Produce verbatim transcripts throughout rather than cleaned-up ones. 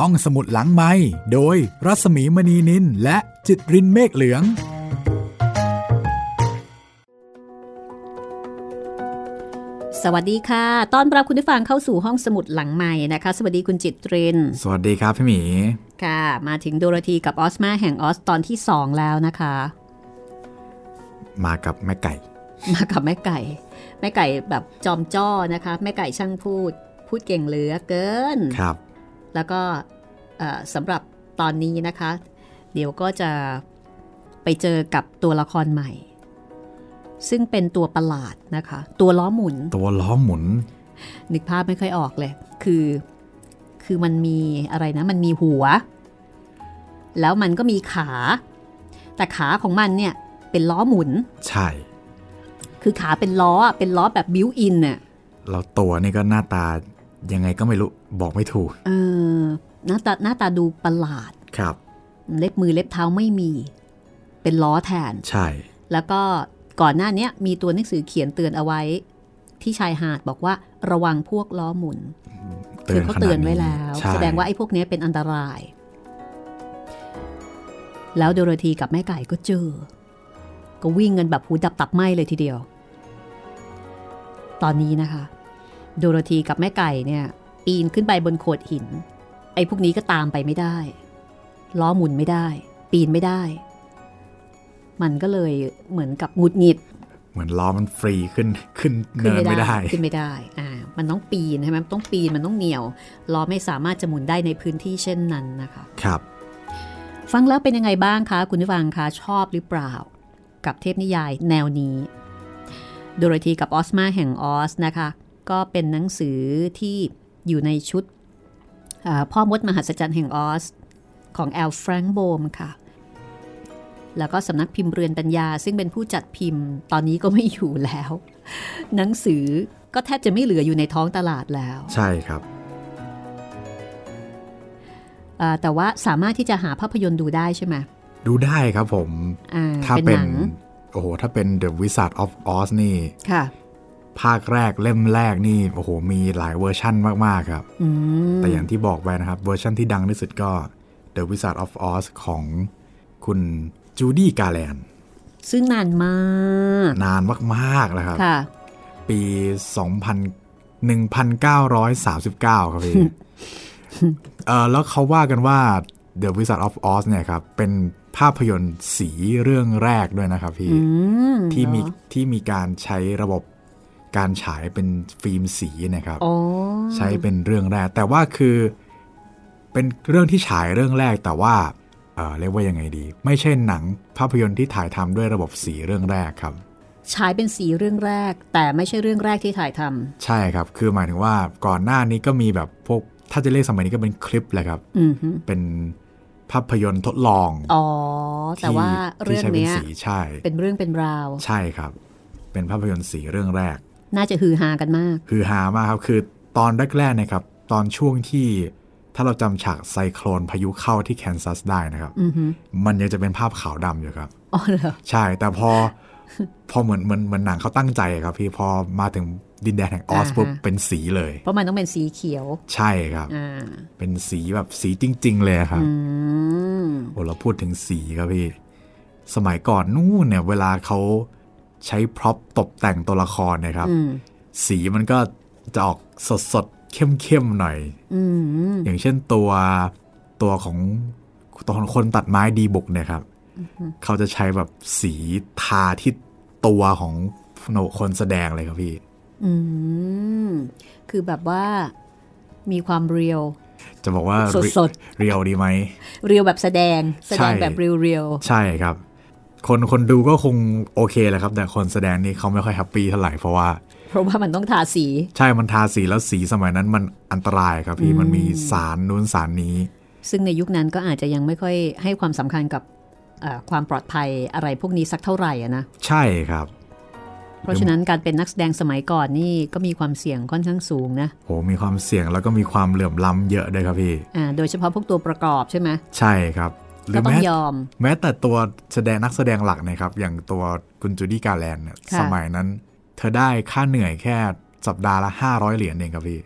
ห้องสมุดหลังไมค์โดยรัศมีมณีนินและจิตรินเมฆเหลืองสวัสดีค่ะต้อนรับคุณผู้ฟังเข้าสู่ห้องสมุดหลังใหม่นะคะสวัสดีคุณจิตรินสวัสดีครับพี่หมีค่ะมาถึงโดโรธีกับออสมาแห่งออสตอนที่สองแล้วนะคะมากับแม่ไก่มากับแม่ไก่แม่ไก่แบบจอมจ้อนะคะแม่ไก่ช่างพูดพูดเก่งเหลือเกินครับแล้วก็สำหรับตอนนี้นะคะเดี๋ยวก็จะไปเจอกับตัวละครใหม่ซึ่งเป็นตัวประหลาดนะคะตัวล้อหมุนตัวล้อหมุนนึกภาพไม่ค่อยออกเลยคือคือมันมีอะไรนะมันมีหัวแล้วมันก็มีขาแต่ขาของมันเนี่ยเป็นล้อหมุนใช่คือขาเป็นล้อเป็นล้อแบบบิวอินเนี่ยแล้วตัวนี่ก็หน้าตายังไงก็ไม่รู้บอกไม่ถูกเออหน้าตาหน้าตาดูประหลาดครับเล็บมือเล็บเท้าไม่มีเป็นล้อแทนใช่แล้วก็ก่อนหน้านี้มีตัวหนังสือเขียนเตือนเอาไว้ที่ชายหาดบอกว่าระวังพวกล้อหมุนคือเขาเตือนไว้แล้วแสดงว่าไอ้พวกนี้เป็นอันตรายแล้วโดโรธีกับแม่ไก่ก็เจอก็วิ่งกันแบบหูดับตับไหม้เลยทีเดียวตอนนี้นะคะโดโรธีกับแม่ไก่เนี่ยปีนขึ้นไปบนโขดหินไอ้พวกนี้ก็ตามไปไม่ได้ล้อหมุนไม่ได้ปีนไม่ได้มันก็เลยเหมือนกับหงุดหงิดเหมือนล้อมันฟรีขึ้นขึ้นเนินไม่ได้ขึ้นไม่ได้อ่ามันต้องปีนใช่ไหมต้องปีนมันต้องเหนี่ยวล้อไม่สามารถจะหมุนได้ในพื้นที่เช่นนั้นนะคะครับฟังแล้วเป็นยังไงบ้างคะคุณผู้ฟังคะชอบหรือเปล่ากับเทพนิยายแนวนี้โดโรธีกับออสมาแห่งออสนะคะก็เป็นหนังสือที่อยู่ในชุดพ่อมดมหัศจรรย์แห่งออสของแอลแฟรงค์โบมค่ะแล้วก็สำนักพิมพ์เรือนปัญญาซึ่งเป็นผู้จัดพิมพ์ตอนนี้ก็ไม่อยู่แล้วหนังสือก็แทบจะไม่เหลืออยู่ในท้องตลาดแล้วใช่ครับแต่ว่าสามารถที่จะหาภาพยนตร์ดูได้ใช่ไหมดูได้ครับผมถ้าเป็นโอ้โหถ้าเป็น The Wizard of Oz นี่ค่ะภาคแรกเล่มแรกนี่โอ้โหมีหลายเวอร์ชั่นมากๆครับแต่อย่างที่บอกไปนะครับเวอร์ชั่นที่ดังที่สุดก็ The Wizard of Oz ของคุณจูดี้ การ์แลนด์ซึ่งนานมากนานมากๆแล้วครับปีสองพัน หนึ่งพันเก้าร้อยสามสิบเก้าครับพี่ เออแล้วเขาว่ากันว่า The Wizard of Oz เนี่ยครับเป็นภาพยนตร์สีเรื่องแรกด้วยนะครับพี่ที่มีที่มีการใช้ระบบการฉายเป็นฟิล์มสีนะครับใช้เป็นเรื่องแรกแต่ว่าคือเป็นเรื่องที่ฉายเรื่องแรกแต่ว่าเอ่อเรียกว่ายังไงดีไม่ใช่หนังภาพยนตร์ที่ถ่ายทำด้วยระบบสีเรื่องแรกครับฉายเป็นสีเรื่องแรกแต่ไม่ใช่เรื่องแรกที่ถ่ายทำใช่ครับคือหมายถึงว่าก่อนหน้านี้ก็มีแบบพวกถ้าจะเรียกสมัยนี้ก็เป็นคลิปแหละครับเป็นภาพยนตร์ทดลองอ๋อแต่ว่าเรื่องนี้ใช่เป็นเรื่องเป็นราวใช่ครับเป็นภาพยนตร์สีเรื่องแรกน่าจะฮือฮากันมากฮือฮามากครับคือตอนแรกๆนะครับตอนช่วงที่ถ้าเราจำฉากไซโคลนพายุเข้าที่แคนซัสได้นะครับมันยังจะเป็นภาพขาวดำอยู่ครับอ๋อเหรอใช่แต่พอพอเหมือนเหมือนเหมือนหนังเขาตั้งใจครับพี่พอมาถึงดินแดนแห่งออสปุ๊บเป็นสีเลยเพราะมันต้องเป็นสีเขียวใช่ครับเป็นสีแบบสีจริงๆเลยครับโอ้เราพูดถึงสีครับพี่สมัยก่อนนู่นเนี่ยเวลาเขาใช้พร็อพตกแต่งตัวละครนะครับสีมันก็จะออกสดๆเข้มๆหน่อย อ, อย่างเช่นตัวตัวของตัวของคนตัดไม้ดีบุกเนี่ยครับเขาจะใช้แบบสีทาที่ตัวของคนแสดงเลยครับพี่อืมคือแบบว่ามีความเรียวจะบอกว่าสดๆเรียวดีไหมเรียวแบบแสดงแสดงแบบเรียวๆใช่ครับคนคนดูก็คงโอเคแหละครับแต่คนแสดงนี่เขาไม่ค่อยแฮปปี้เท่าไหร่เพราะว่าเพราะว่ามันต้องทาสีใช่มันทาสีแล้วสีสมัยนั้นมันอันตรายครับพี่มันมีสารนู้นสารนี้ซึ่งในยุคนั้นก็อาจจะยังไม่ค่อยให้ความสำคัญกับความปลอดภัยอะไรพวกนี้สักเท่าไหร่นะใช่ครับเพราะฉะนั้นการเป็นนักแสดงสมัยก่อนนี่ก็มีความเสี่ยงค่อนข้างสูงนะโหมีความเสี่ยงแล้วก็มีความเหลื่อมล้ำเยอะด้วยครับพี่อ่าโดยเฉพาะพวกตัวประกอบใช่ไหมใช่ครับก็ต้องยอมแม้แต่ตัวแสดงนักแสดงหลักนะครับอย่างตัวคุณจูดี้ การ์แลนด์เนี่ยสมัยนั้นเธอได้ค่าเหนื่อยแค่สัปดาห์ละห้าร้อยเหรียญเองครับพี่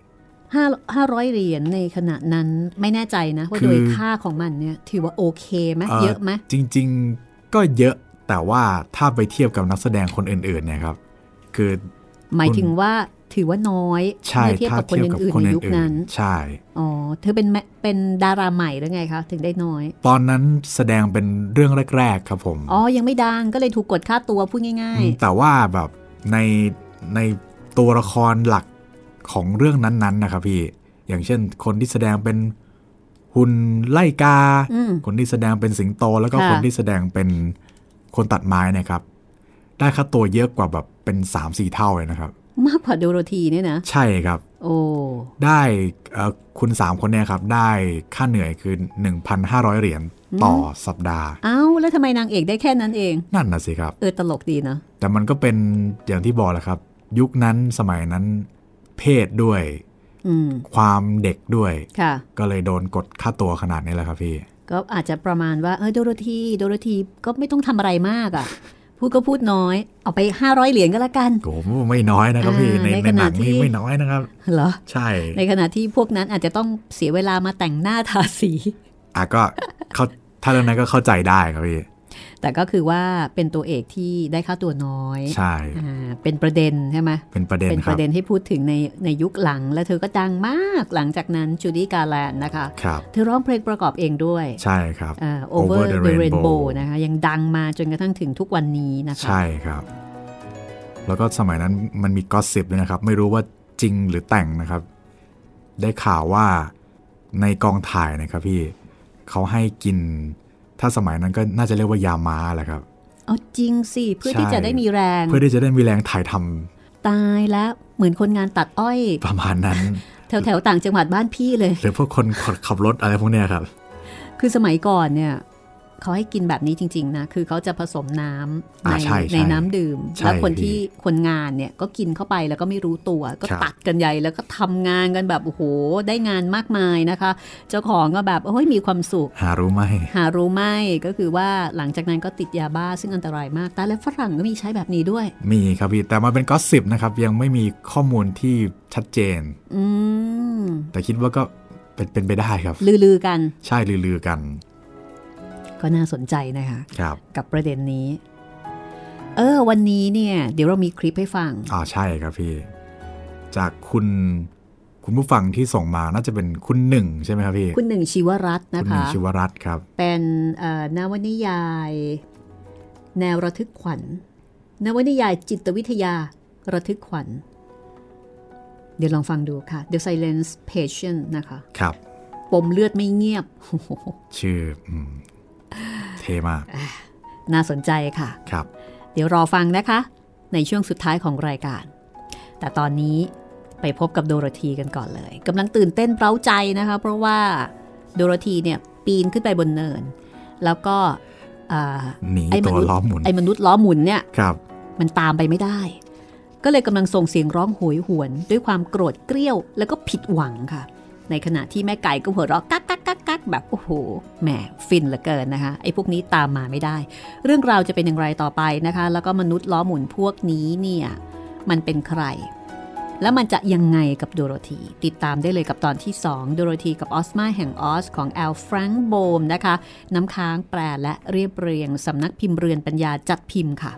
ห้า ห้าร้อยเหรียญในขณะนั้นไม่แน่ใจนะว่าโดยค่าของมันเนี่ยถือว่าโอเคไหมเยอะไหมจริงๆก็เยอะแต่ว่าถ้าไปเทียบกับนักแสดงคนอื่นๆเนี่ยครับคือหมายถึงว่าถือว่าน้อยเมื่อเทียบกับคนอื่นๆในยุคนั้นใช่อ๋อเธอเป็นเป็นดาราใหม่หรือไงคะถึงได้น้อยตอนนั้นแสดงเป็นเรื่องแรกๆครับผมอ๋อยังไม่ดังก็เลยถูกกดค่าตัวพูดง่ายๆแต่ว่าแบบในในตัวละครหลักของเรื่องนั้นๆนะครับพี่อย่างเช่นคนที่แสดงเป็นหุ่นไล่กาคนที่แสดงเป็นสิงโตแล้วก็คนที่แสดงเป็นคนตัดไม้นะครับได้ค่าตัวเยอะกว่าแบบเป็น สามสี่ เท่าเลยนะครับมากกว่าโดโรธีเนี่ยนะใช่ครับโอ้ได้คุณสามคนเนี่ยครับได้ค่าเหนื่อยคือ หนึ่งพันห้าร้อย เหรียญต่อสัปดาห์อ้าวแล้วทำไมนางเอกได้แค่นั้นเองนั่นน่ะสิครับเออตลกดีนะแต่มันก็เป็นอย่างที่บอกแหละครับยุคนั้นสมัยนั้นเพศด้วยความเด็กด้วยก็เลยโดนกดค่าตัวขนาดนี้แหละครับพี่ก็อาจจะประมาณว่าเออโดโรธีโดโรธีก็ไม่ต้องทำอะไรมากอ่ะพูดก็พูดน้อยเอาไปห้าร้อยเหรียญก็แล้วกันโอ้ไม่น้อยนะครับพี่ในในหนังนี่ไม่น้อยนะครับเหรอใช่ในขณะที่พวกนั้นอาจจะต้องเสียเวลามาแต่งหน้าทาสีอ่ะก็เขาถ้าเรื่องนั้นก็เข้าใจได้ครับพี่แต่ก็คือว่าเป็นตัวเอกที่ได้ค่าตัวน้อยใช่เป็นประเด็นใช่ไหมเป็นประเด็นเป็นประเด็นที่พูดถึงในในยุคหลังและเธอก็ดังมากหลังจากนั้นจูดี้การ์แลนด์นะคะเธอร้องเพลงประกอบเองด้วยใช่ครับ Over the Rainbow นะคะยังดังมาจนกระทั่งถึงทุกวันนี้นะคะใช่ครับแล้วก็สมัยนั้นมันมีก็อสซิปด้วยนะครับไม่รู้ว่าจริงหรือแต่งนะครับได้ข่าวว่าในกองถ่ายนะครับพี่เขาให้กินถ้าสมัยนั้นก็น่าจะเรียกว่ายาม้าแหละครับอ๋อจริงสิเพื่อที่จะได้มีแรงเพื่อที่จะได้มีแรงถ่ายทำตายแล้วเหมือนคนงานตัดอ้อยประมาณนั้นแถวแถวต่างจังหวัดบ้านพี่เลยหรือพวกคนขับรถอะไรพวกเนี้ยครับคือสมัยก่อนเนี่ยเขาให้กินแบบนี้จริงๆนะคือเขาจะผสมน้ำในในน้ำดื่มแล้วคนที่คนงานเนี่ยก็กินเข้าไปแล้วก็ไม่รู้ตัวก็ตัดกันใหญ่แล้วก็ทำงานกันแบบโอ้โหได้งานมากมายนะคะเจ้าของก็แบบโอ้ยมีความสุขหารู้ไหมหารู้ไหมก็คือว่าหลังจากนั้นก็ติดยาบ้าซึ่งอันตรายมากแต่แล้วฝรั่งก็มีใช้แบบนี้ด้วยมีครับพี่แต่มาเป็นก็อสซิปนะครับยังไม่มีข้อมูลที่ชัดเจนอืมแต่คิดว่าก็เป็นเป็นไปได้ครับลือๆกันใช่ลือๆกันก็น่าสนใจนะคะครับกับประเด็นนี้เออวันนี้เนี่ยเดี๋ยวเรามีคลิปให้ฟังอ๋อใช่ครับพี่จากคุณคุณผู้ฟังที่ส่งมาน่าจะเป็นคุณหนึ่งใช่ไหมครับพี่คุณหนึ่งชีวรัตน์นะคะคุณหนึ่งชีวรัตน์ครับเป็นนวนิยายแนวระทึกขวัญนวนิยายจิตวิทยาระทึกขวัญเดี๋ยวลองฟังดูค่ะ The Silence Patient นะคะครับปมเลือดไม่เงียบชื่อเท่มากน่าสนใจค่ะครับเดี๋ยวรอฟังนะคะในช่วงสุดท้ายของรายการแต่ตอนนี้ไปพบกับโดโรธีกันก่อนเลยกำลังตื่นเต้นเร้าใจนะคะเพราะว่าโดโรธีเนี่ยปีนขึ้นไปบนเนินแล้วก็หนีตัวล้อหมุนไอ้มนุษย์ล้อหมุนเนี่ยครับมันตามไปไม่ได้ก็เลยกำลังส่งเสียงร้องโหยหวนด้วยความโกรธเกรี้ยวแล้วก็ผิดหวังค่ะในขณะที่แม่ไก่ก็หัวเราะกักกักกักกักแบบโอ้โหแหมฟินเหลือเกินนะคะไอ้พวกนี้ตามมาไม่ได้เรื่องราวจะเป็นอย่างไรต่อไปนะคะแล้วก็มนุษย์ล้อหมุนพวกนี้เนี่ยมันเป็นใครแล้วมันจะยังไงกับโดโรธีติดตามได้เลยกับตอนที่สองโดโรธีกับออสมาแห่งออสของแอลแฟรงค์โบมนะคะน้ำค้างแปลและเรียบเรียงสำนักพิมพ์เรือนปัญญาจัดพิมพ์ค่ะ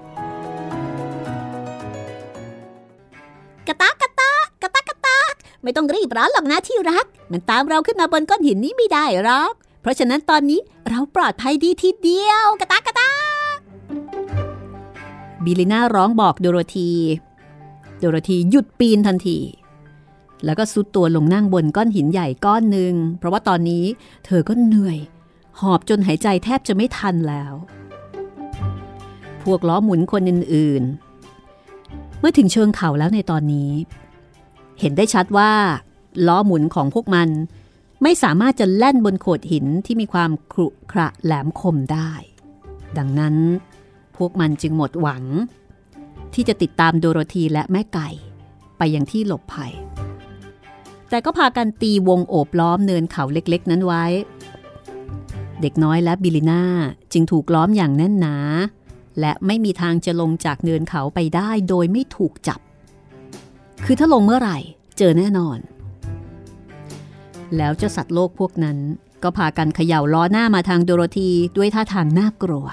กะตากะตากะตากะตาไม่ต้องรีบร้อนหรอกนะที่รักมันตามเราขึ้นมาบนก้อนหินนี้ไม่ได้หรอกเพราะฉะนั้นตอนนี้เราปลอดภัยดีทีเดียวกะตากะตาบิลิน่าร้องบอกโดโรธีโดโรธีหยุดปีนทันทีแล้วก็ซุดตัวลงนั่งบนก้อนหินใหญ่ก้อนหนึ่งเพราะว่าตอนนี้เธอก็เหนื่อยหอบจนหายใจแทบจะไม่ทันแล้วพวกล้อหมุนคนอื่นๆเมื่อถึงเชิงเขาแล้วในตอนนี้เห็นได้ชัดว่าล้อหมุนของพวกมันไม่สามารถจะแล่นบนโขดหินที่มีความขรุขระแหลมคมได้ดังนั้นพวกมันจึงหมดหวังที่จะติดตามโดโรธีและแม่ไก่ไปยังที่หลบภัยแต่ก็พากันตีวงโอบล้อมเนินเขาเล็กๆนั้นไว้เด็กน้อยและบิลิน่าจึงถูกล้อมอย่างแน่นหนาและไม่มีทางจะลงจากเนินเขาไปได้โดยไม่ถูกจับคือถ้าลงเมื่อไหร่เจอแน่นอนแล้วเจ้าสัตว์โลกพวกนั้นก็พากันเขย่าล้อหน้ามาทางโดโรธีด้วยท่าทางน่ากลัว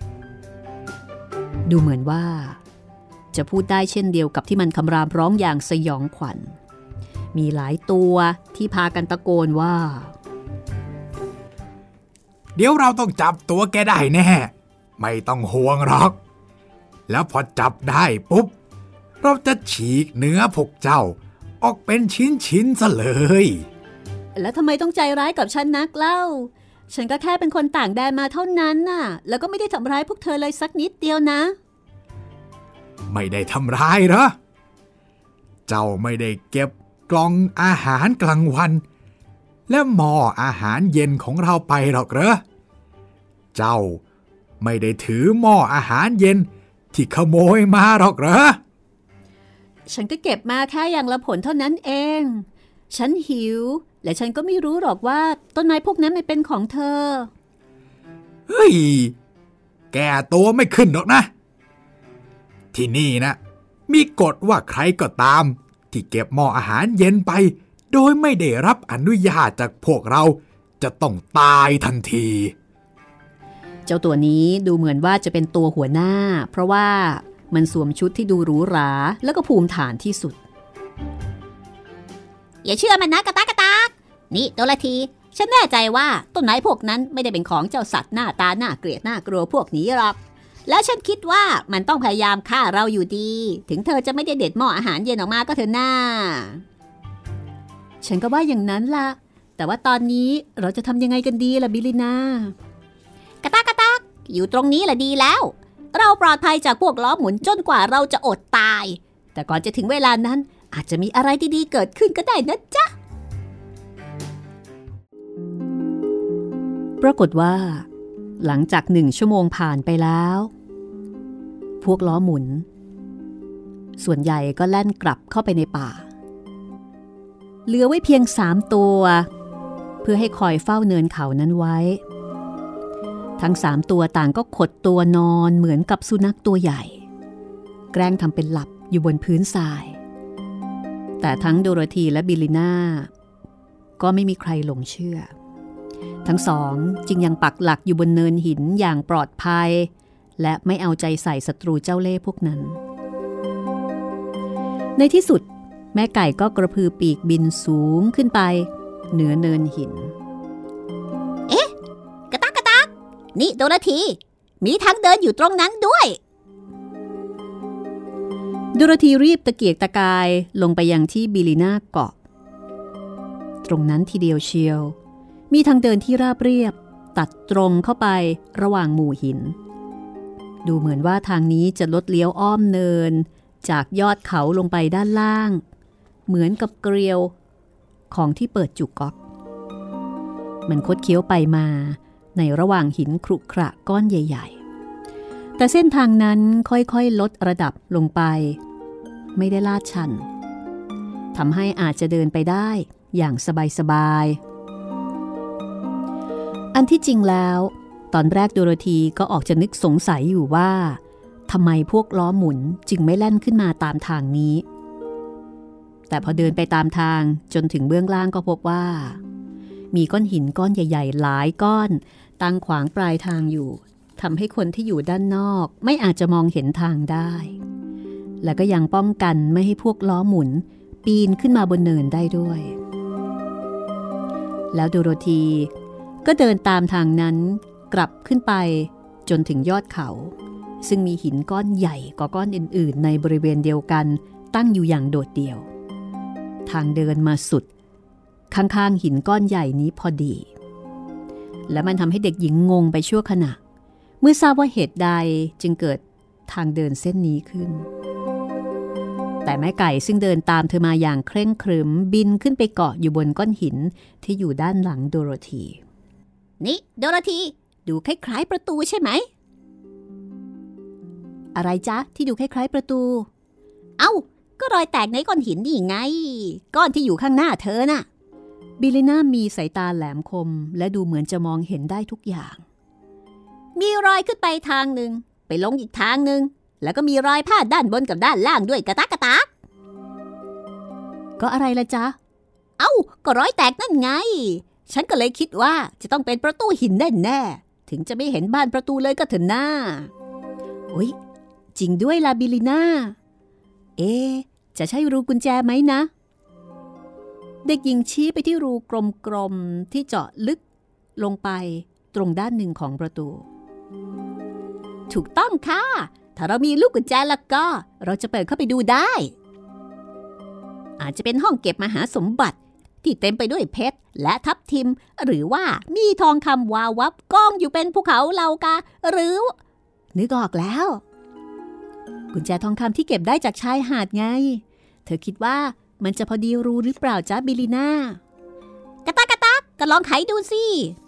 ดูเหมือนว่าจะพูดได้เช่นเดียวกับที่มันคำรามร้องอย่างสยองขวัญมีหลายตัวที่พากันตะโกนว่าเดี๋ยวเราต้องจับตัวแกได้แน่ไม่ต้องห่วงหรอกแล้วพอจับได้ปุ๊บเราจะฉีกเนื้อพวกเจ้าออกเป็นชิ้นๆซะเลยแล้วทำไมต้องใจร้ายกับฉันนักเล่าฉันก็แค่เป็นคนต่างแดนมาเท่านั้นน่ะแล้วก็ไม่ได้ทำร้ายพวกเธอเลยสักนิดเดียวนะไม่ได้ทำร้ายเหรอเจ้าไม่ได้เก็บกล่องอาหารกลางวันและหม้ออาหารเย็นของเราไปหรอกเหรอเจ้าไม่ได้ถือหม้ออาหารเย็นที่ขโมยมาหรอกเหรอฉันก็เก็บมาแค่อย่างละผลเท่านั้นเองฉันหิวและฉันก็ไม่รู้หรอกว่าต้นไม้พวกนั้นมันเป็นของเธอเฮ้ยแกตัวไม่ขึ้นหรอกนะที่นี่นะมีกฎว่าใครก็ตามที่เก็บหม้ออาหารเย็นไปโดยไม่ได้รับอนุญาตจากพวกเราจะต้องตายทันทีเจ้าตัวนี้ดูเหมือนว่าจะเป็นตัวหัวหน้าเพราะว่ามันสวมชุดที่ดูหรูหราแล้วก็ภูมิฐานที่สุดอย่าเชื่อมันนะกระตากกระตากนี่โดราธีฉันแน่ใจว่าต้นไม้พวกนั้นไม่ได้เป็นของเจ้าสัตว์หน้าตาหน้าเกลียดหน้ากลัวพวกนี้หรอกแล้วฉันคิดว่ามันต้องพยายามฆ่าเราอยู่ดีถึงเธอจะไม่ได้เด็ดหม้ออาหารเย็นออกมาก็เถอะหน้าฉันก็ว่าอย่างนั้นล่ะแต่ว่าตอนนี้เราจะทำยังไงกันดีล่ะบิลินากระตากกระตากอยู่ตรงนี้แหละดีแล้วเราปลอดภัยจากพวกล้อหมุนจนกว่าเราจะอดตายแต่ก่อนจะถึงเวลานั้นอาจจะมีอะไรดีๆเกิดขึ้นก็ได้นะจ๊ะปรากฏว่าหลังจากหนึ่งชั่วโมงผ่านไปแล้วพวกล้อหมุนส่วนใหญ่ก็แล่นกลับเข้าไปในป่าเหลือไว้เพียงสามตัวเพื่อให้คอยเฝ้าเนินเขานั้นไว้ทั้งสามตัวต่างก็ขดตัวนอนเหมือนกับสุนัขตัวใหญ่แกล้งทำเป็นหลับอยู่บนพื้นทรายแต่ทั้งโดโรธีและบิลลิน่าก็ไม่มีใครหลงเชื่อทั้งสองจึงยังปักหลักอยู่บนเนินหินอย่างปลอดภัยและไม่เอาใจใส่ศัตรูเจ้าเล่ห์พวกนั้นในที่สุดแม่ไก่ก็กระพือปีกบินสูงขึ้นไปเหนือเนินหินเอ๊ะกระตักกระตักนี่โดราธีมีทางเดินอยู่ตรงนั้นด้วยโดโรธีรีบตะเกียกตะกายลงไปยังที่บิลลิน่าเกาะตรงนั้นทีเดียวเชียวมีทางเดินที่ราบเรียบตัดตรงเข้าไประหว่างหมู่หินดูเหมือนว่าทางนี้จะลดเลี้ยวอ้อมเนินจากยอดเขาลงไปด้านล่างเหมือนกับเกลียวของที่เปิดจุกก๊อกมันคดเคี้ยวไปมาในระหว่างหินครุขระก้อนใหญ่ๆแต่เส้นทางนั้นค่อยๆลดระดับลงไปไม่ได้ลาดชันทำให้อาจจะเดินไปได้อย่างสบายๆอันที่จริงแล้วตอนแรกโดโรธีก็ออกจะนึกสงสัยอยู่ว่าทำไมพวกล้อหมุนจึงไม่แล่นขึ้นมาตามทางนี้แต่พอเดินไปตามทางจนถึงเบื้องล่างก็พบว่ามีก้อนหินก้อนใหญ่ๆหลายก้อนตั้งขวางปลายทางอยู่ทำให้คนที่อยู่ด้านนอกไม่อาจจะมองเห็นทางได้และก็ยังป้องกันไม่ให้พวกล้อหมุนปีนขึ้นมาบนเนินได้ด้วยแล้วโดโรธีก็เดินตามทางนั้นกลับขึ้นไปจนถึงยอดเขาซึ่งมีหินก้อนใหญ่กว่าก้อนอื่นๆในบริเวณเดียวกันตั้งอยู่อย่างโดดเดี่ยวทางเดินมาสุดข้างๆหินก้อนใหญ่นี้พอดีและมันทำให้เด็กหญิงงงไปชั่วขณะเมื่อทราบว่าเหตุใดจึงเกิดทางเดินเส้นนี้ขึ้นแต่แม่ไก่ซึ่งเดินตามเธอมาอย่างเคร่งครึมบินขึ้นไปเกาะอยู่บนก้อนหินที่อยู่ด้านหลังโดโรธีนี่โดโรธีดูคล้ายๆประตูใช่ไหมอะไรจ๊ะที่ดูคล้ายๆประตูเอ้าก็รอยแตกในก้อนหินนี่ไงก้อนที่อยู่ข้างหน้าเธอน่ะบิลลิน่ามีสายตาแหลมคมและดูเหมือนจะมองเห็นได้ทุกอย่างมีรอยขึ้นไปทางหนึ่งไปลงอีกทางหนึ่งแล้วก็มีรอยพาดด้านบนกับด้านล่างด้วยกระตักกระตักก็อะไรละจ๊ะเอ้าก็รอยแตกนั่นไงฉันก็เลยคิดว่าจะต้องเป็นประตูหินแน่ๆถึงจะไม่เห็นบ้านประตูเลยก็เถอะหน้าโอ๊ยจริงด้วยลาบิลิน่าเอ๊ะจะใช่รูกุญแจไหมนะเด็กหญิงชี้ไปที่รูกลมๆที่เจาะลึกลงไปตรงด้านหนึ่งของประตูถูกต้องค่ะถ้าเรามีลูกกุญแจแล้วก็เราจะเปิดเข้าไปดูได้อาจจะเป็นห้องเก็บมหาสมบัติที่เต็มไปด้วยเพชรและทับทิมหรือว่ามีทองคำวาววับกองอยู่เป็นภูเขาเหล่ากาหรือนึกออกแล้วกุญแจทองคำที่เก็บได้จากชายหาดไงเธอคิดว่ามันจะพอดีรูหรือเปล่าจ๊ะบิลลีน่ากระตากกระตากก็ลองไขดูสิ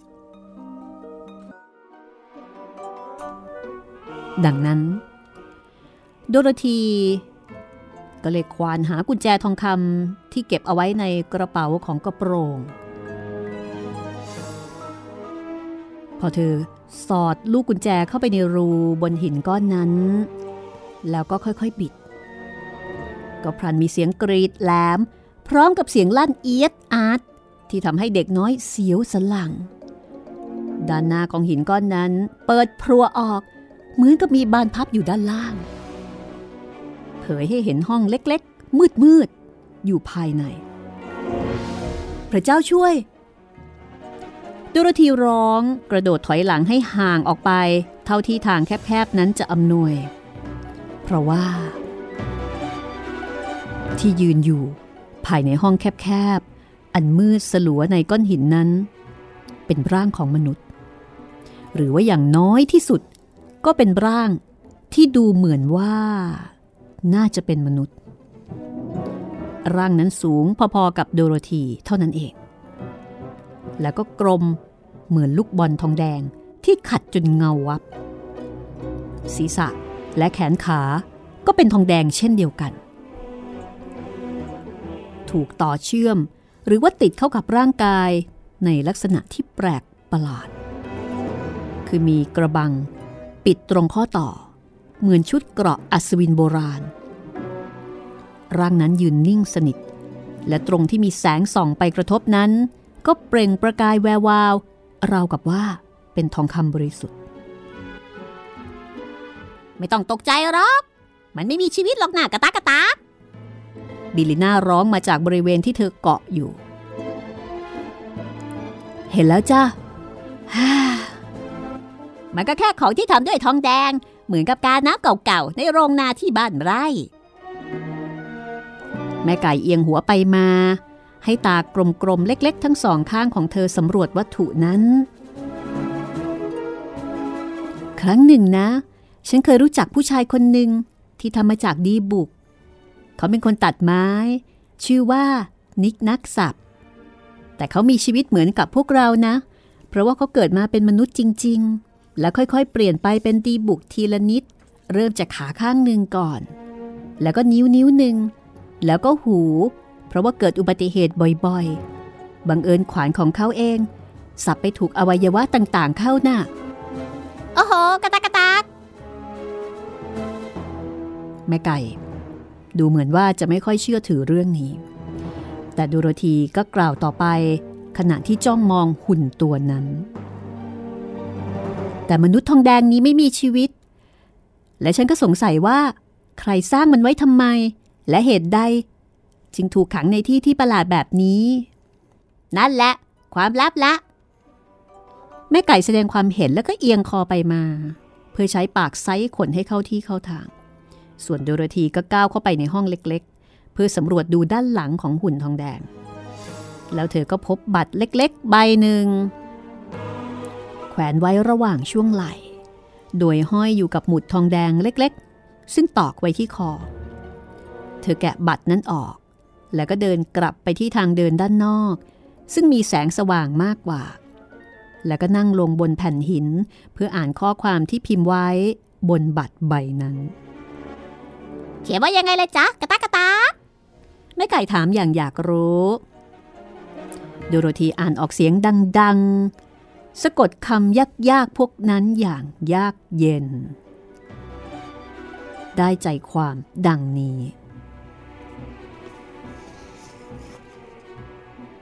ดังนั้นโดโรธีก็เลยควานหากุญแจทองคำที่เก็บเอาไว้ในกระเป๋าของกระโปรงพอเธอสอดลูกกุญแจเข้าไปในรูบนหินก้อนนั้นแล้วก็ค่อยๆบิดก็พลันมีเสียงกรีดแหลมพร้อมกับเสียงลั่นเอียดอาร์ตที่ทำให้เด็กน้อยเสียวสันหลังด้านหน้าของหินก้อนนั้นเปิดพรัวออกเหมือนกับมีบานพับอยู่ด้านล่างเผยให้เห็นห้องเล็กๆมืดๆอยู่ภายในพระเจ้าช่วยโดโรธีร้องกระโดดถอยหลังให้ห่างออกไปเท่าที่ทางแคบๆนั้นจะอำนวยเพราะว่าที่ยืนอยู่ภายในห้องแคบๆอันมืดสลัวในก้อนหินนั้นเป็นร่างของมนุษย์หรือว่าอย่างน้อยที่สุดก็เป็นร่างที่ดูเหมือนว่าน่าจะเป็นมนุษย์ร่างนั้นสูงพอๆกับโดโรธีเท่านั้นเองแล้วก็กลมเหมือนลูกบอลทองแดงที่ขัดจนเงาวับศีรษะและแขนขาก็เป็นทองแดงเช่นเดียวกันถูกต่อเชื่อมหรือว่าติดเข้ากับร่างกายในลักษณะที่แปลกประหลาดคือมีกระบังปิดตรงข้อต่อเหมือนชุดเกราะอัศวินโบราณร่างนั้นยืนนิ่งสนิทและตรงที่มีแสงส่องไปกระทบนั้นก็เปล่งประกายแวววาวราวกับว่าเป็นทองคำบริสุทธิ์ไม่ต้องตกใจหรอกมันไม่มีชีวิตหรอกนะกระตากกระตากบิลลิน่าร้องมาจากบริเวณที่เธอเกาะอยู่เห็นแล้วจ้ามันก็แค่ของที่ทำด้วยทองแดงเหมือนกับกาน้ำเก่าๆในโรงนาที่บ้านไร่แม่ไก่เอียงหัวไปมาให้ตากลมๆเล็กๆทั้งสองข้างของเธอสำรวจวัตถุนั้นครั้งหนึ่งนะฉันเคยรู้จักผู้ชายคนหนึ่งที่ทำมาจากดีบุกเขาเป็นคนตัดไม้ชื่อว่านิกนักสับแต่เขามีชีวิตเหมือนกับพวกเรานะเพราะว่าเขาเกิดมาเป็นมนุษย์จริงๆแล้วค่อยๆเปลี่ยนไปเป็นดีบุกทีละนิดเริ่มจากขาข้างหนึ่งก่อนแล้วก็นิ้วนิ้วหนึ่งแล้วก็หูเพราะว่าเกิดอุบัติเหตุบ่อยๆบังเอิญขวานของเขาเองสับไปถูกอวัยวะต่างๆเข้าน่ะโอ้โหกระตากกระตากแม่ไก่ดูเหมือนว่าจะไม่ค่อยเชื่อถือเรื่องนี้แต่โดโรธีก็กล่าวต่อไปขณะที่จ้องมองหุ่นตัวนั้นแต่มนุษย์ทองแดงนี้ไม่มีชีวิตและฉันก็สงสัยว่าใครสร้างมันไว้ทำไมและเหตุใดจึงถูกขังในที่ที่ประหลาดแบบนี้นั่นแหละความลับละแม่ไก่แสดงความเห็นแล้วก็เอียงคอไปมาเพื่อใช้ปากไซขนให้เข้าที่เข้าทางส่วนโดโรธีก็ก้าวเข้าไปในห้องเล็กๆเพื่อสำรวจดูด้านหลังของหุ่นทองแดงแล้วเธอก็พบบัตรเล็กๆใบหนึ่งแขวนไว้ระหว่างช่วงไหล่โดยห้อยอยู่กับหมุดทองแดงเล็กๆซึ่งตอกไว้ที่คอเธอแกะบัตรนั้นออกแล้วก็เดินกลับไปที่ทางเดินด้านนอกซึ่งมีแสงสว่างมากกว่าแล้วก็นั่งลงบนแผ่นหินเพื่ออ่านข้อความที่พิมพ์ไว้บนบัตรใบนั้นเขียนว่ายังไงเลยจ๊ะกระตากกระตากแม่ไก่ถามอย่างอยากรู้โดโรธีอ่านออกเสียงดังๆสะกดคำยากๆพวกนั้นอย่างยากเย็นได้ใจความดังนี้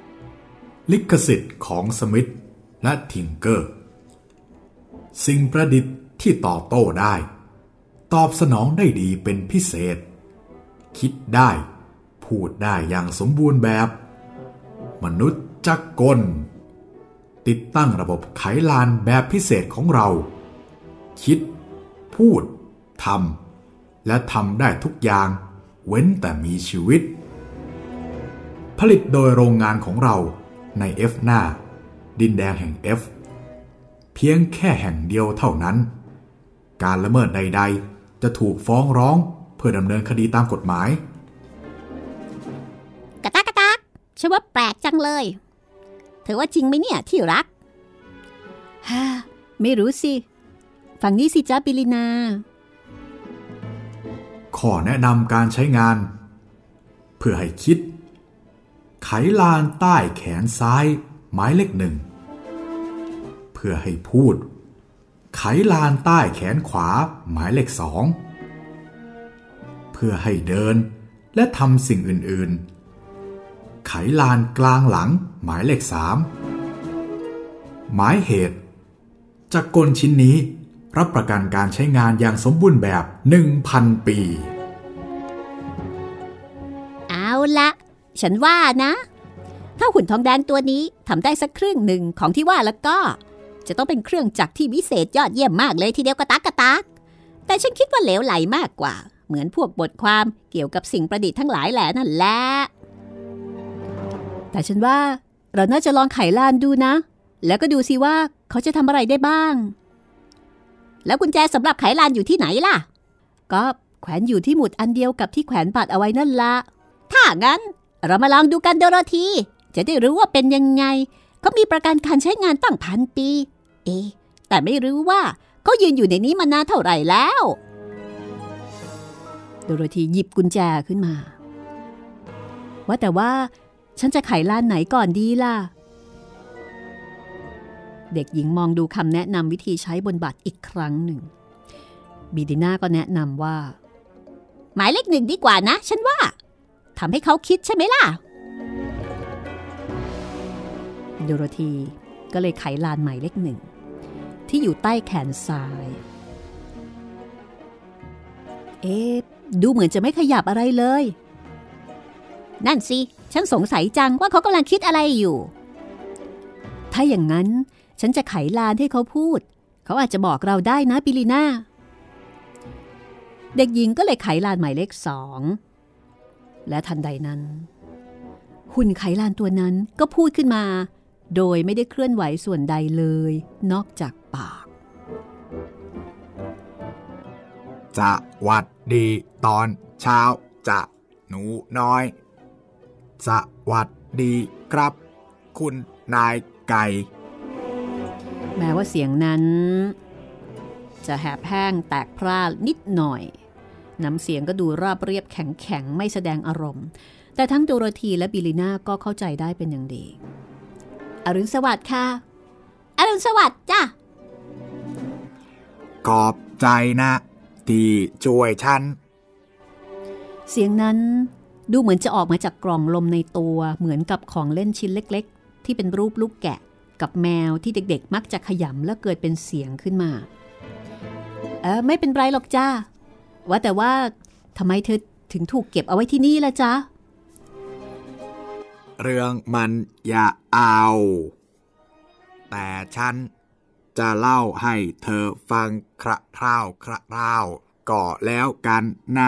ลิขสิทธิ์ของสมิธและทิงเกอร์สิ่งประดิษฐ์ที่ตอบโต้ได้ตอบสนองได้ดีเป็นพิเศษคิดได้พูดได้อย่างสมบูรณ์แบบมนุษย์จักรกลติดตั้งระบบไขลานแบบพิเศษของเราคิดพูดทำและทำได้ทุกอย่างเว้นแต่มีชีวิตผลิตโดยโรงงานของเราใน F หน้าดินแดงแห่ง F เพียงแค่แห่งเดียวเท่านั้นการละเมิดใดๆจะถูกฟ้องร้องเพื่อดำเนินคดีตามกฎหมายกะตากะตากฉันว่าแปลกจังเลยเธอว่าจริงไหมเนี่ยที่รักฮ่าไม่รู้สิฝั่งนี้สิจ้าปิลินาขอแนะนำการใช้งานเพื่อให้คิดไขลานใต้แขนซ้ายหมายเลขหนึ่งเพื่อให้พูดไขลานใต้แขนขวาหมายเลขสองเพื่อให้เดินและทำสิ่งอื่นๆไขลานกลางหลังหมายเลขสามหมายเหตุจักรกลชิ้นนี้รับประกันการใช้งานอย่างสมบูรณ์แบบ หนึ่งพัน ปีเอาละฉันว่านะถ้าหุ่นทองแดงตัวนี้ทำได้สักครึ่งหนึ่งของที่ว่าแล้วก็จะต้องเป็นเครื่องจักรที่วิเศษยอดเยี่ยมมากเลยทีเดียวกะตากกะตากแต่ฉันคิดว่าเหลวไหลมากกว่าเหมือนพวกบทความเกี่ยวกับสิ่งประดิษฐ์ทั้งหลายแหละนั่นแหละแต่ฉันว่าเราน่าจะลองไขลานดูนะแล้วก็ดูสิว่าเขาจะทำอะไรได้บ้างแล้วกุญแจสำหรับไขลานอยู่ที่ไหนล่ะก็แขวนอยู่ที่หมุดอันเดียวกับที่แขวนปัดเอาไว้นั่นละถ้างั้นเรามาลองดูกันโดโรธีจะได้รู้ว่าเป็นยังไงเขามีประกันการใช้งานตั้งพันปีเอ๊ะแต่ไม่รู้ว่าเขายืนอยู่ในนี้มานานเท่าไหร่แล้วโดโรธีหยิบกุญแจขึ้นมาว่าแต่ว่าฉันจะไขลานไหนก่อนดีล่ะเด็กหญิงมองดูคำแนะนำวิธีใช้บนบัตรอีกครั้งหนึ่งบีดิน่าก็แนะนำว่าหมายเลขหนึ่งดีกว่านะฉันว่าทำให้เขาคิดใช่ไหมล่ะโดโรธีก็เลยไขลานหมายเลขหนึ่งที่อยู่ใต้แขนซ้ายเอ๊ะดูเหมือนจะไม่ขยับอะไรเลยนั่นสิฉันสงสัยจังว่าเขากำลังคิดอะไรอยู่ถ้าอย่างนั้นฉันจะไขลานให้เขาพูดเขาอาจจะบอกเราได้นะปิลิน่าเด็กหญิงก็เลยไขลานหมายเลขสองและทันใดนั้นหุ่นไขลานตัวนั้นก็พูดขึ้นมาโดยไม่ได้เคลื่อนไหวส่วนใดเลยนอกจากปากสวัสดีตอนเช้าจะหนูน้อยสวัสดีครับคุณนายไก่แม้ว่าเสียงนั้นจะแหบแห้งแตกพร่านิดหน่อยน้ำเสียงก็ดูราบเรียบแข็งๆไม่แสดงอารมณ์แต่ทั้งโดโรธีและบิลิน่าก็เข้าใจได้เป็นอย่างดีอรุณสวัสดิ์ค่ะอรุณสวัสดิ์จ้ะขอบใจนะที่ช่วยฉันเสียงนั้นดูเหมือนจะออกมาจากกล่องลมในตัวเหมือนกับของเล่นชิ้นเล็กๆที่เป็นรูปลูกแกะกับแมวที่เด็กๆมักจะขยำแล้วเกิดเป็นเสียงขึ้นมาเออไม่เป็นไรหรอกจ้าว่าแต่ว่าทำไมเธอถึงถูกเก็บเอาไว้ที่นี่ล่ะจ๊ะเรื่องมันอย่าเอาแต่ฉันจะเล่าให้เธอฟังคร่าวๆคร่าวๆก่อแล้วกันนะ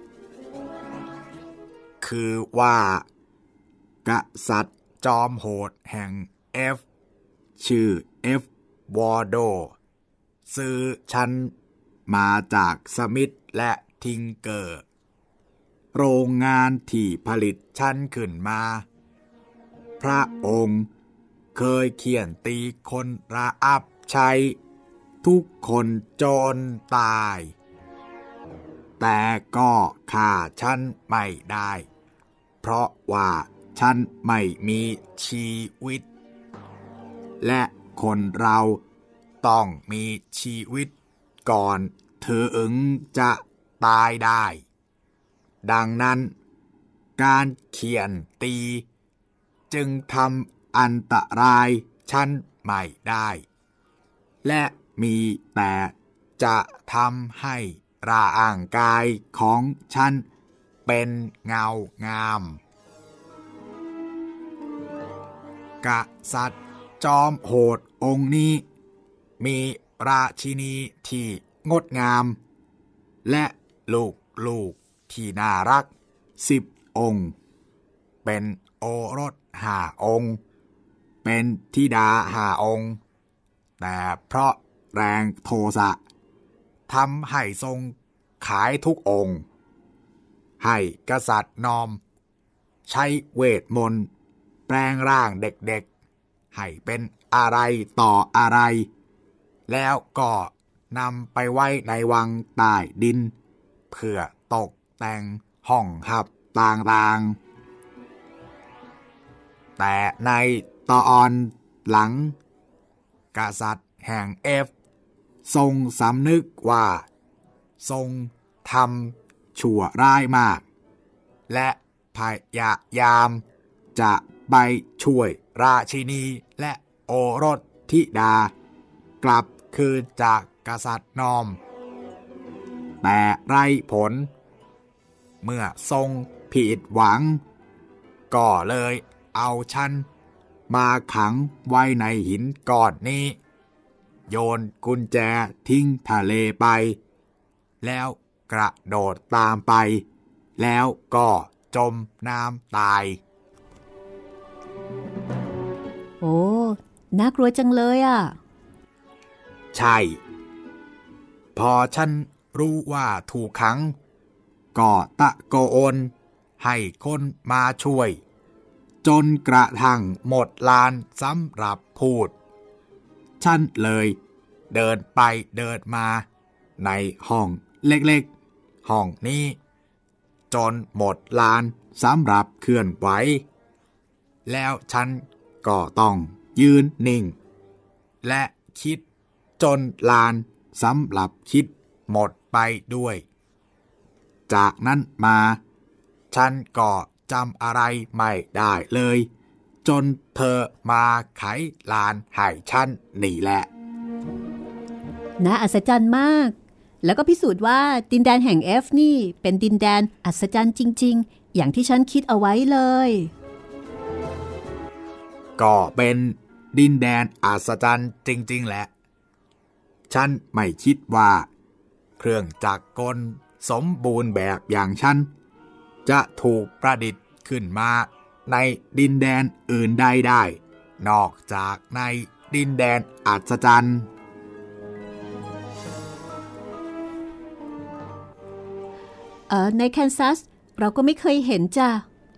คือว่ากษัตริย์จอมโหดแห่ง F ชื่อ F วอร์โดซื้อฉันมาจากสมิธและทิงเกอร์โรงงานที่ผลิตฉันขึ้นมาพระองค์เคยเคี่ยนตีคนระอับใช้ทุกคนจนตายแต่ก็ฆ่าฉันไม่ได้เพราะว่าฉันไม่มีชีวิตและคนเราต้องมีชีวิตก่อนถึงจะตายได้ดังนั้นการเคี่ยนตีจึงทำอันตรายฉันไม่ได้และมีแต่จะทำให้ร่างกายของฉันเป็นเงางามกษัตริย์จอมโหดองค์นี้มีราชินีที่งดงามและลูกลูกที่น่ารักสิบองค์เป็นโอรสห้าองค์เป็นธิดาห้าองค์แต่เพราะแรงโทสะทำให้ทรงขายทุกองค์ให้กษัตริย์นอมใช้เวทมนต์แปลงร่างเด็กๆให้เป็นอะไรต่ออะไรแล้วก็นำไปไว้ในวังใต้ดินเพื่อตกแต่งห้องหับต่างๆแต่ในตอนหลังกษัตริย์แห่งเอฟทรงสำนึกว่าทรงทำชั่วร้ายมากและพยายามจะไปช่วยราชินีและโอรสธิดากลับคืนจากกษัตริย์นอมแต่ไร้ผลเมื่อทรงผิดหวังก็เลยเอาฉันมาขังไว้ในหินก้อนนี้โยนกุญแจทิ้งทะเลไปแล้วกระโดดตามไปแล้วก็จมน้ำตายโอ้น่ากลัวจังเลยอ่ะใช่พอฉันรู้ว่าถูกขังก็ตะโกนให้คนมาช่วยจนกระทั่งหมดลานสำหรับพูดฉันเลยเดินไปเดินมาในห้องเล็กๆห้องนี้จนหมดลานสำหรับเคลื่อนไหวแล้วฉันก็ต้องยืนนิ่งและคิดจนลานสำหรับคิดหมดไปด้วยจากนั้นมาฉันก็จำอะไรไม่ได้เลยจนเธอมาไขลานให้ฉันนี่แหละน่าอัศจรรย์มากแล้วก็พิสูจน์ว่าดินแดนแห่ง F นี่เป็นดินแดนอัศจรรย์จริงๆอย่างที่ฉันคิดเอาไว้เลยก็เป็นดินแดนอัศจรรย์จริงๆแหละฉันไม่คิดว่าเครื่องจักรกลสมบูรณ์แบบอย่างฉันจะถูกประดิษฐ์ขึ้นมาในดินแดนอื่นใดได้นอกจากในดินแดนอัศจรรย์เอ่อในแคนซัสเราก็ไม่เคยเห็นจ้ะ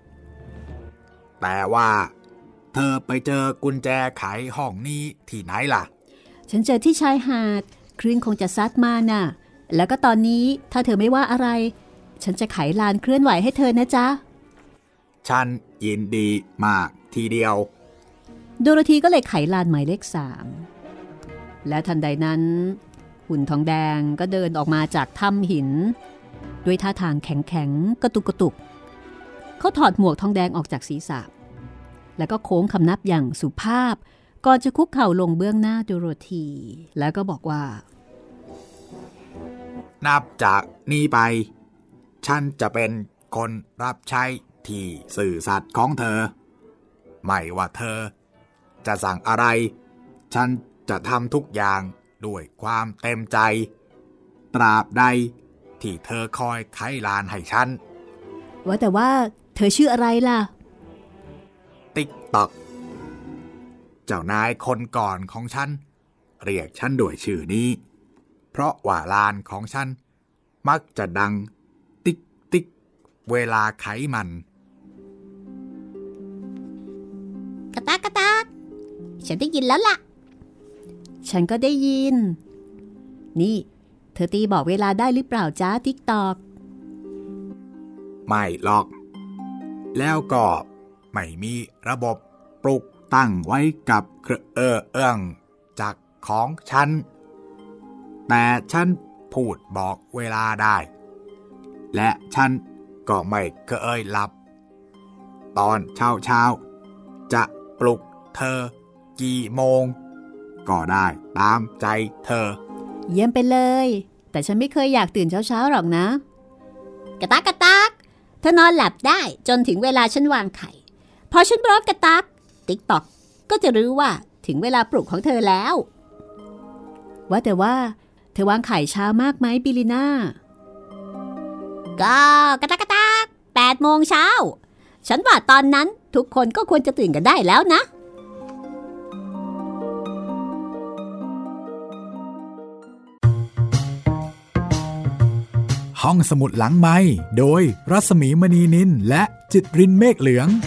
แต่ว่าเธอไปเจอกุญแจไขห้องนี้ที่ไหนล่ะฉันเจอที่ชายหาดคลื่นคงจะซัดมาน่ะแล้วก็ตอนนี้ถ้าเธอไม่ว่าอะไรฉันจะไขลานเคลื่อนไหวให้เธอนะจ๊ะฉันยินดีมากทีเดียวโดโรธีก็เลยไขลานหมายเลขสามและทันใดนั้นหุ่นทองแดงก็เดินออกมาจากถ้ำหินด้วยท่าทางแข็งๆกระตุกกระตุกเขาถอดหมวกทองแดงออกจากศีรษะแล้วก็โค้งคำนับอย่างสุภาพก่อนจะคุกเข่าลงเบื้องหน้าโดโรธีแล้วก็บอกว่านับจากนี้ไปฉันจะเป็นคนรับใช้ที่ซื่อสัตย์ของเธอไม่ว่าเธอจะสั่งอะไรฉันจะทำทุกอย่างด้วยความเต็มใจตราบใดที่เธอคอยไขลานให้ฉันว่าแต่ว่าเธอชื่ออะไรล่ะติ๊กตอกเจ้านายคนก่อนของฉันเรียกฉันด้วยชื่อนี้เพราะว่าลานของฉันมักจะดังติ๊กติ๊กเวลาไขมันกระตากกระตากฉันได้ยินแล้วล่ะฉันก็ได้ยินนี่เธอตีบอกเวลาได้หรือเปล่าจ้าติ๊กตอกไม่หรอกแล้วก็ไม่มีระบบปลุกตั้งไว้กับเครื่องเออเอื้องจักรของฉันแต่ฉันพูดบอกเวลาได้และฉันก็ไม่เคยหลับตอนเช้าเช้าจะปลุกเธอกี่โมงก็ได้ตามใจเธอเยี่ยมไปเลยแต่ฉันไม่เคยอยากตื่นเช้าๆหรอกนะกระตักกระตักเธอนอนหลับได้จนถึงเวลาฉันวางไข่พอฉันร้องกระตักติ๊กตอกก็จะรู้ว่าถึงเวลาปลุกของเธอแล้วว่าแต่ว่าเธอวางไข่เช้ามากไหมบิลิน่าก็กระตักกระตักแปดโมงเช้าฉันว่าตอนนั้นทุกคนก็ควรจะตื่นกันได้แล้วนะห้องสมุดหลังไมค์โดยรัศมีมณีนินและจิตรินเมฆเหลือง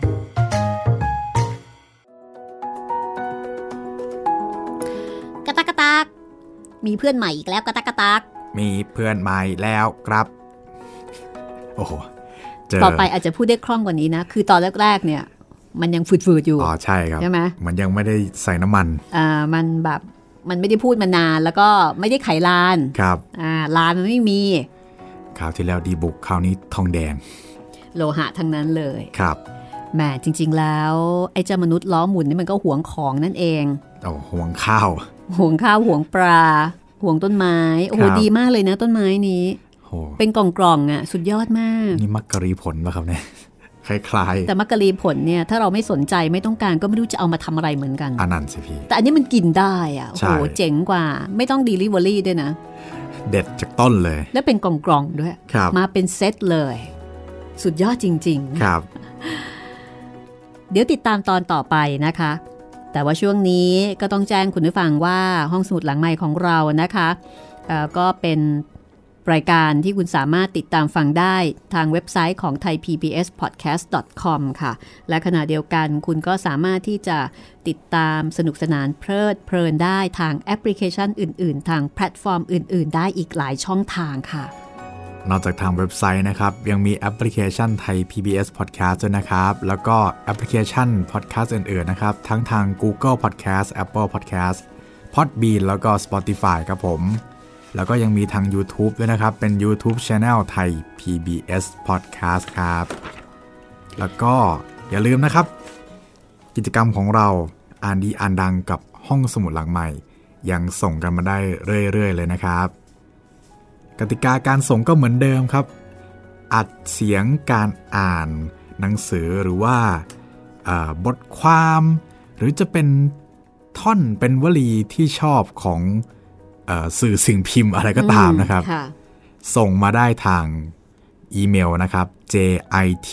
กระตักกระตักมีเพื่อนใหม่อีกแล้วกระตักกระตักมีเพื่อนใหม่แล้วครับโอ้โหต่อไปอาจจะพูดได้คล่องกว่านี้นะคือตอนแรกๆเนี่ยมันยังฝืดๆอยู่อ๋อใช่ครับใช่ไหมมันยังไม่ได้ใส่น้ำมันอ่ามันแบบมันไม่ได้พูดมานานแล้วก็ไม่ได้ไขลานครับอ่าลานมันไม่มีคราวที่แล้วดีบุกคราวนี้ทองแดงโลหะทั้งนั้นเลยครับแหมจริงๆแล้วไอ้เจ้ามนุษย์ล้อหมุนนี่มันก็หวงของนั่นเองโอ้หวงข้าวหวงข้าวหวงปลาหวงต้นไม้โอ้โหดีมากเลยนะต้นไม้นี้เป็นกล่องๆอ่ะสุดยอดมากนี่มักกะรีผลป่ะครับเนี่ยคล้ายๆแต่มักกะรีผลเนี่ยถ้าเราไม่สนใจไม่ต้องการก็ไม่รู้จะเอามาทำอะไรเหมือนกันอันนั้นสิพี่แต่อันนี้มันกินได้อ่ะโอ้โหเจ๋งกว่าไม่ต้อง delivery ด้วยนะเด็ดจากต้นเลยแล้วเป็นกล่องๆด้วยมาเป็นเซตเลยสุดยอดจริงๆครับเดี๋ยวติดตามตอนต่อไปนะคะแต่ว่าช่วงนี้ก็ต้องแจ้งคุณผู้ฟังว่าห้องสมุดหลังไมค์ของเรานะคะก็เป็นรายการที่คุณสามารถติดตามฟังได้ทางเว็บไซต์ของ ไทย พี บี เอส พอดแคสต์ ดอท คอม ค่ะและขณะเดียวกันคุณก็สามารถที่จะติดตามสนุกสนานเพลิดเพลินได้ทางแอปพลิเคชันอื่นๆทางแพลตฟอร์มอื่นๆได้อีกหลายช่องทางค่ะนอกจากทางเว็บไซต์นะครับยังมีแอปพลิเคชันไทย พี บี เอส Podcast ด้วยนะครับแล้วก็แอปพลิเคชัน Podcast อื่นๆนะครับทั้งทาง Google Podcast Apple Podcast Podbean แล้วก็ Spotify ครับผมแล้วก็ยังมีทาง YouTube ด้วยนะครับเป็น YouTube Channel ไทย พี บี เอส Podcast ครับแล้วก็อย่าลืมนะครับกิจกรรมของเราอ่านดีอ่านดังกับห้องสมุดหลังใหม่ยังส่งกันมาได้เรื่อยๆเลยนะครับกติกาการส่งก็เหมือนเดิมครับอัดเสียงการอ่านหนังสือหรือว่าบทความหรือจะเป็นท่อนเป็นวลีที่ชอบของสื่อสิ่งพิมพ์อะไรก็ตามนะครับส่งมาได้ทางอีเมลนะครับ j i t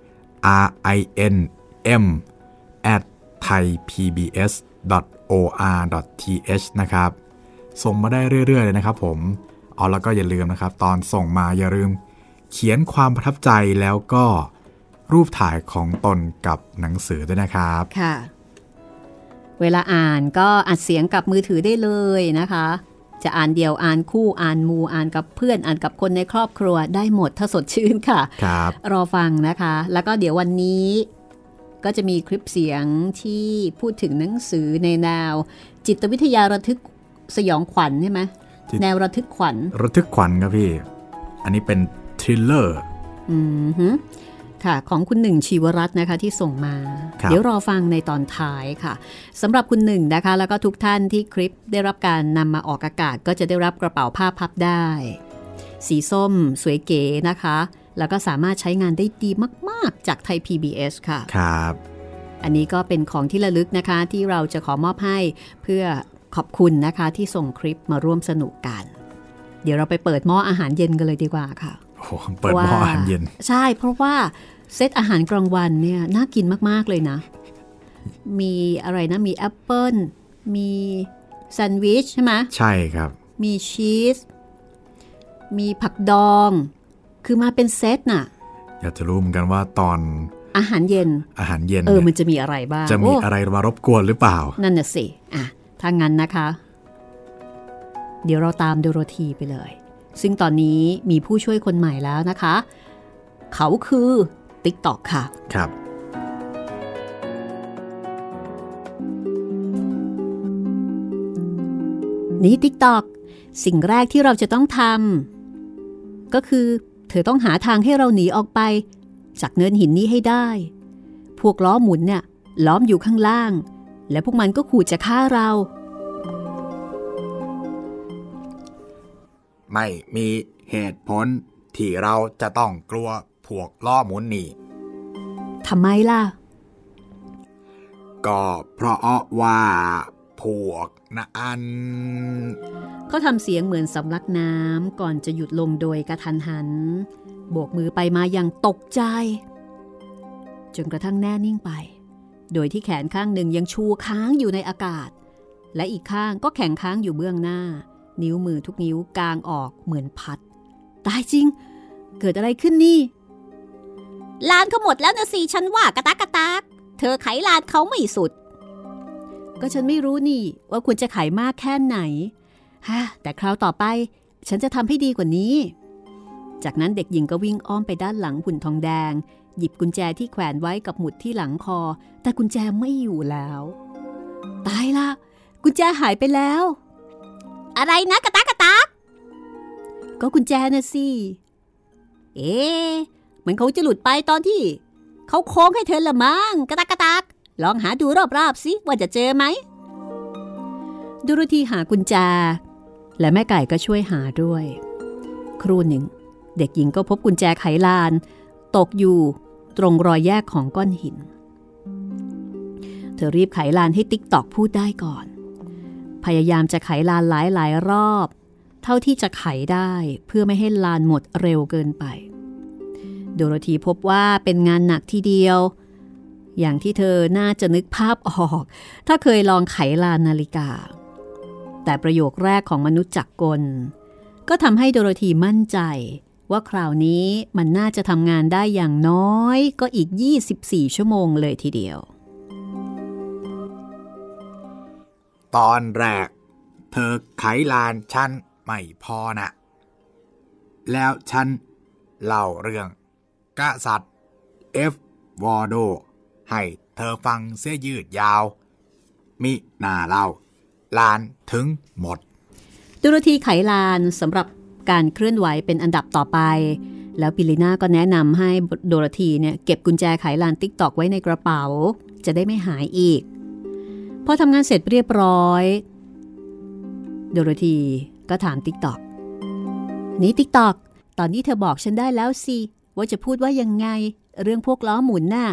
r i n m at thai p b s dot o r dot t h นะครับส่งมาได้เรื่อยๆเลยนะครับผมเอาแล้วก็อย่าลืมนะครับตอนส่งมาอย่าลืมเขียนความประทับใจแล้วก็รูปถ่ายของตนกับหนังสือด้วยนะครับค่ะเวลาอ่านก็อัดเสียงกับมือถือได้เลยนะคะจะอ่านเดี่ยวอ่านคู่อ่านหมู่อ่านกับเพื่อนอ่านกับคนในครอบครัวได้หมดถ้าสดชื่นค่ะครับรอฟังนะคะแล้วก็เดี๋ยววันนี้ก็จะมีคลิปเสียงที่พูดถึงหนังสือในแนวจิตวิทยาระทึกสยองขวัญใช่ไหมแนวระทึกขวัญระทึกขวัญครับพี่อันนี้เป็นทริลเลอร์อืมฮึค่ะของคุณหนึ่งชีวรัตน์นะคะที่ส่งมาเดี๋ยวรอฟังในตอนท้ายค่ะสำหรับคุณหนึ่งนะคะแล้วก็ทุกท่านที่คลิปได้รับการนำมาออกอากาศก็จะได้รับกระเป๋าผ้าพับได้สีส้มสวยเก๋นะคะแล้วก็สามารถใช้งานได้ดีมากๆจากไทย พี บี เอส ค่ะครับอันนี้ก็เป็นของที่ระลึกนะคะที่เราจะขอมอบให้เพื่อขอบคุณนะคะที่ส่งคลิปมาร่วมสนุกกันเดี๋ยวเราไปเปิดหม้ออาหารเย็นกันเลยดีกว่าค่ะโอ้เปิดหม้ออาหารเย็นใช่เพราะว่าเซตอาหารกลางวันเนี่ยน่ากินมากๆเลยนะมีอะไรนะมีแอปเปิ้ลมีแซนด์วิชใช่ไหมใช่ครับมีชีสมีผักดองคือมาเป็นเซตน่ะอยากจะรู้เหมือนกันว่าตอนอาหารเย็นอาหารเย็นเออมันจะมีอะไรบ้างจะมีอะไรมารบกวนหรือเปล่านั่นน่ะสิอ่ะถ้างั้นนะคะเดี๋ยวเราตามโดโรธีไปเลยซึ่งตอนนี้มีผู้ช่วยคนใหม่แล้วนะคะเขาคือ TikTok ค่ะครับนี่ TikTok สิ่งแรกที่เราจะต้องทำก็คือเธอต้องหาทางให้เราหนีออกไปจากเนินหินนี้ให้ได้พวกล้อหมุนเนี่ยล้อมอยู่ข้างล่างและพวกมันก็ขู่จะฆ่าเราไม่มีเหตุผลที่เราจะต้องกลัวพวกล้อหมุนนี่ทำไมล่ะก็เพราะว่าพวกนั้นเขาทำเสียงเหมือนสำลักน้ำก่อนจะหยุดลงโดยกระทันหันโบกมือไปมาอย่างตกใจจนกระทั่งแน่นิ่งไปโดยที่แขนข้างหนึ่งยังชูค้างอยู่ในอากาศและอีกข้างก็แข็งค้างอยู่เบื้องหน้านิ้วมือทุกนิ้วกางออกเหมือนพัดตายจริงเกิดอะไรขึ้นนี่ลานเขาหมดแล้วนะสิฉันว่ากระตากกระตากเธอไขลานเขาไม่สุดก็ฉันไม่รู้นี่ว่าคุณจะไขมากแค่ไหนฮะแต่คราวต่อไปฉันจะทำให้ดีกว่านี้จากนั้นเด็กหญิงก็วิ่งอ้อมไปด้านหลังหุ่นทองแดงหยิบกุญแจที่แขวนไว้กับหมุดที่หลังคอแต่กุญแจไม่อยู่แล้วตายละกุญแจหายไปแล้วอะไรนะกระตากกระตากก็กุญแจน่ะสิเอ๊ะเหมือนเขาจะหลุดไปตอนที่เขาโค้งให้เธอละมั้งกระตากกระตากลองหาดูรอบๆสิว่าจะเจอไหมโดโรธีหากุญแจและแม่ไก่ก็ช่วยหาด้วยครู่หนึ่งเด็กหญิงก็พบกุญแจไขลานตกอยู่ตรงรอยแยกของก้อนหินเธอรีบไขลานให้ติ๊กตอกพูดได้ก่อนพยายามจะไขลานหลายๆรอบเท่าที่จะไขได้เพื่อไม่ให้ลานหมดเร็วเกินไปโดโรธีพบว่าเป็นงานหนักทีเดียวอย่างที่เธอน่าจะนึกภาพออกถ้าเคยลองไขลานนาฬิกาแต่ประโยคแรกของมนุษย์จักรกลก็ทำให้โดโรธีมั่นใจว่าคราวนี้มันน่าจะทำงานได้อย่างน้อยก็อีกยี่สิบสี่ชั่วโมงเลยทีเดียวตอนแรกเธอไขลานฉันไม่พอนะแล้วฉันเล่าเรื่องกษัตริย์เอฟวอร์โดให้เธอฟังเสียยืดยาวมิน่าเล่าลานถึงหมดโดโรธีไขลานสำหรับการเคลื่อนไหวเป็นอันดับต่อไปแล้วปิลิน่าก็แนะนำให้โดโรธีเนี่ยเก็บกุญแจไขลานติ๊กตอกไว้ในกระเป๋าจะได้ไม่หายอีกพอทำงานเสร็จเรียบร้อยโดโรธีก็ถามติ๊กตอกนี่ติ๊กตอกตอนนี้เธอบอกฉันได้แล้วสิว่าจะพูดว่ายังไงเรื่องพวกล้อหมุนน่ะ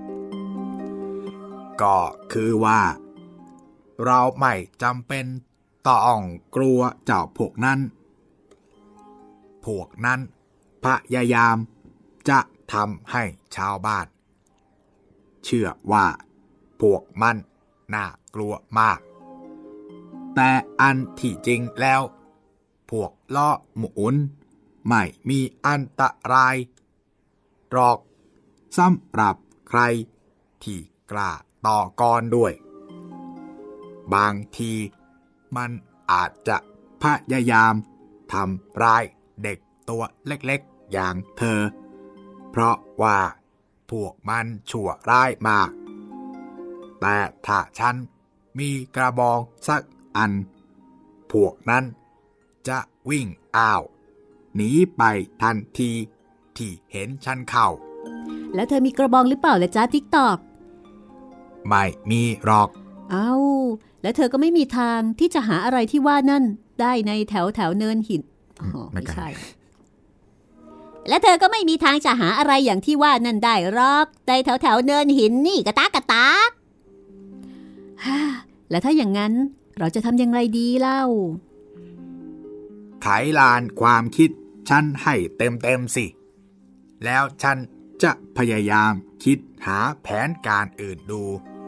ก็คือว่าเราไม่จำเป็นต้องกลัวเจ้าพวกนั้นพวกนั้นพยายามจะทำให้ชาวบ้านเชื่อว่าพวกมันน่ากลัวมากแต่อันที่จริงแล้วพวกล้อหมุนไม่มีอันตรายหรอกสำหรับใครที่กล้าต่อกรด้วยบางทีมันอาจจะพยายามทำร้ายเด็กตัวเล็กๆอย่างเธอเพราะว่าพวกมันชั่วร้ายมากแต่ถ้าฉันมีกระบองสักอันพวกนั้นจะวิ่งอ้าวหนีไปทันทีที่เห็นฉันเข้าแล้วเธอมีกระบองหรือเปล่าล่ะจ๊ะติ๊กตอกไม่มีหรอกเอ้าแล้วเธอก็ไม่มีทางที่จะหาอะไรที่ว่านั่นได้ในแถวแถวเนินหินอ๋อไม่ใช่และเธอก็ไม่มีทางจะหาอะไรอย่างที่ว่านั่นได้หรอกในแถวแถวเนินหินนี่กระตากกระตากฮ่าแล้วถ้าอย่างนั้นเราจะทำยังไงดีเล่าไขลานความคิดฉันให้เต็มเต็มสิแล้วฉันจะพยายามคิดหาแผนการอื่นดู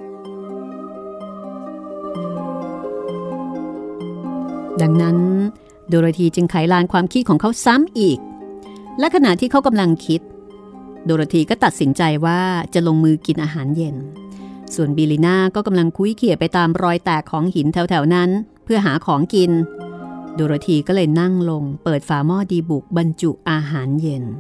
ดังนั้นโดโรธีจึงไขลานความคิดของเขาซ้ำอีกและขณะที่เขากำลังคิดโดโรธีก็ตัดสินใจว่าจะลงมือกินอาหารเย็นส่วนบิลิน่าก็กำลังคุ้ยเขี่ยไปตามรอยแตกของหินแถวๆนั้นเพื่อหาของกินโดโรธีก็เลยนั่งลงเปิดฝาหม้อดีบุกบรรจุอาหารเย็น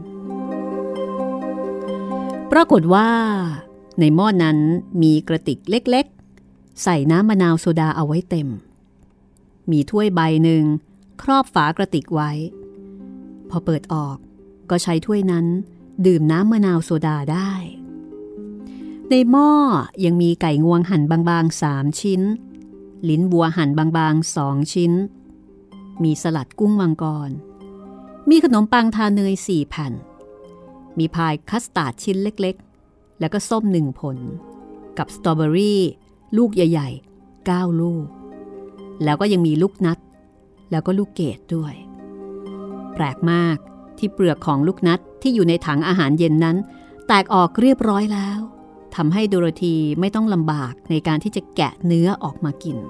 ปรากฏว่าในหม้อนั้นมีกระติกเล็กๆใส่น้ำมะนาวโซดาเอาไว้เต็มมีถ้วยใบหนึ่งครอบฝากระติกไว้พอเปิดออกก็ใช้ถ้วยนั้นดื่มน้ำมะนาวโซดาได้ในในหม้อยังมีไก่งวงหั่นบางๆสามชิ้นลิ้นวัวหั่นบางๆสองชิ้นมีสลัดกุ้งมังกรมีขนมปังทาเนยสี่แผ่นมีพายคัสตาร์ดชิ้นเล็กๆแล้วก็ส้มหนึ่งผลกับสตรอเบอรี่ลูกใหญ่ๆเก้าลูกแล้วก็ยังมีลูกนัทแล้วก็ลูกเกดด้วยแปลกมากที่เปลือกของลูกนัทที่อยู่ในถังอาหารเย็นนั้นแตกออกเรียบร้อยแล้วทำให้โดโรธีไม่ต้องลำบากในการที่จะแกะเนื้อออกมากิน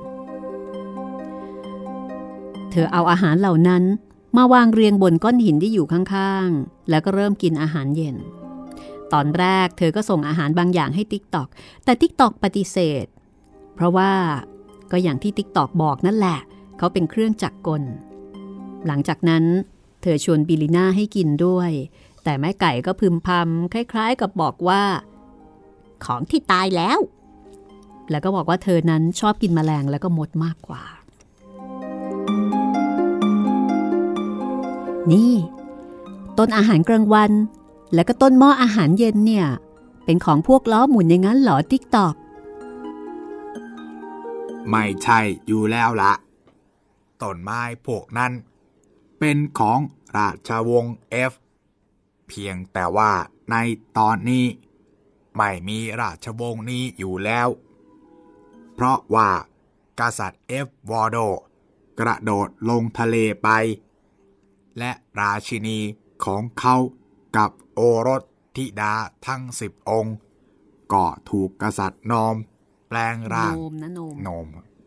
เธอเอาอาหารเหล่านั้นมาวางเรียงบนก้อนหินที่อยู่ข้างๆแล้วก็เริ่มกินอาหารเย็นตอนแรกเธอก็ส่งอาหารบางอย่างให้ TikTok แต่ TikTok ปฏิเสธเพราะว่าก็อย่างที่ TikTok บอกนั่นแหละเขาเป็นเครื่องจักรกลหลังจากนั้นเธอชวนบิลลิน่าให้กินด้วยแต่แม่ไก่ก็พึมพำคล้ายๆกับบอกว่าของที่ตายแล้วแล้วก็บอกว่าเธอนั้นชอบกินแมลงแล้วก็มดมากกว่านี่ต้นอาหารกลางวันแล้วก็ต้นหม้ออาหารเย็นเนี่ยเป็นของพวกล้อหมุนอย่างนั้นเหรอ TikTok ไม่ใช่อยู่แล้วละต้นไม้พวกนั้นเป็นของราชวงศ์ F เพียงแต่ว่าในตอนนี้ไม่มีราชวงศ์นี้อยู่แล้วเพราะว่ากษัตริย์ F วอร์โดกระโดดลงทะเลไปและราชินีของเขากับโอรสธิดาทั้งสิบองค์ก็ถูกกษัตริย์นอมแปลงร่างโนมนะโนมโนม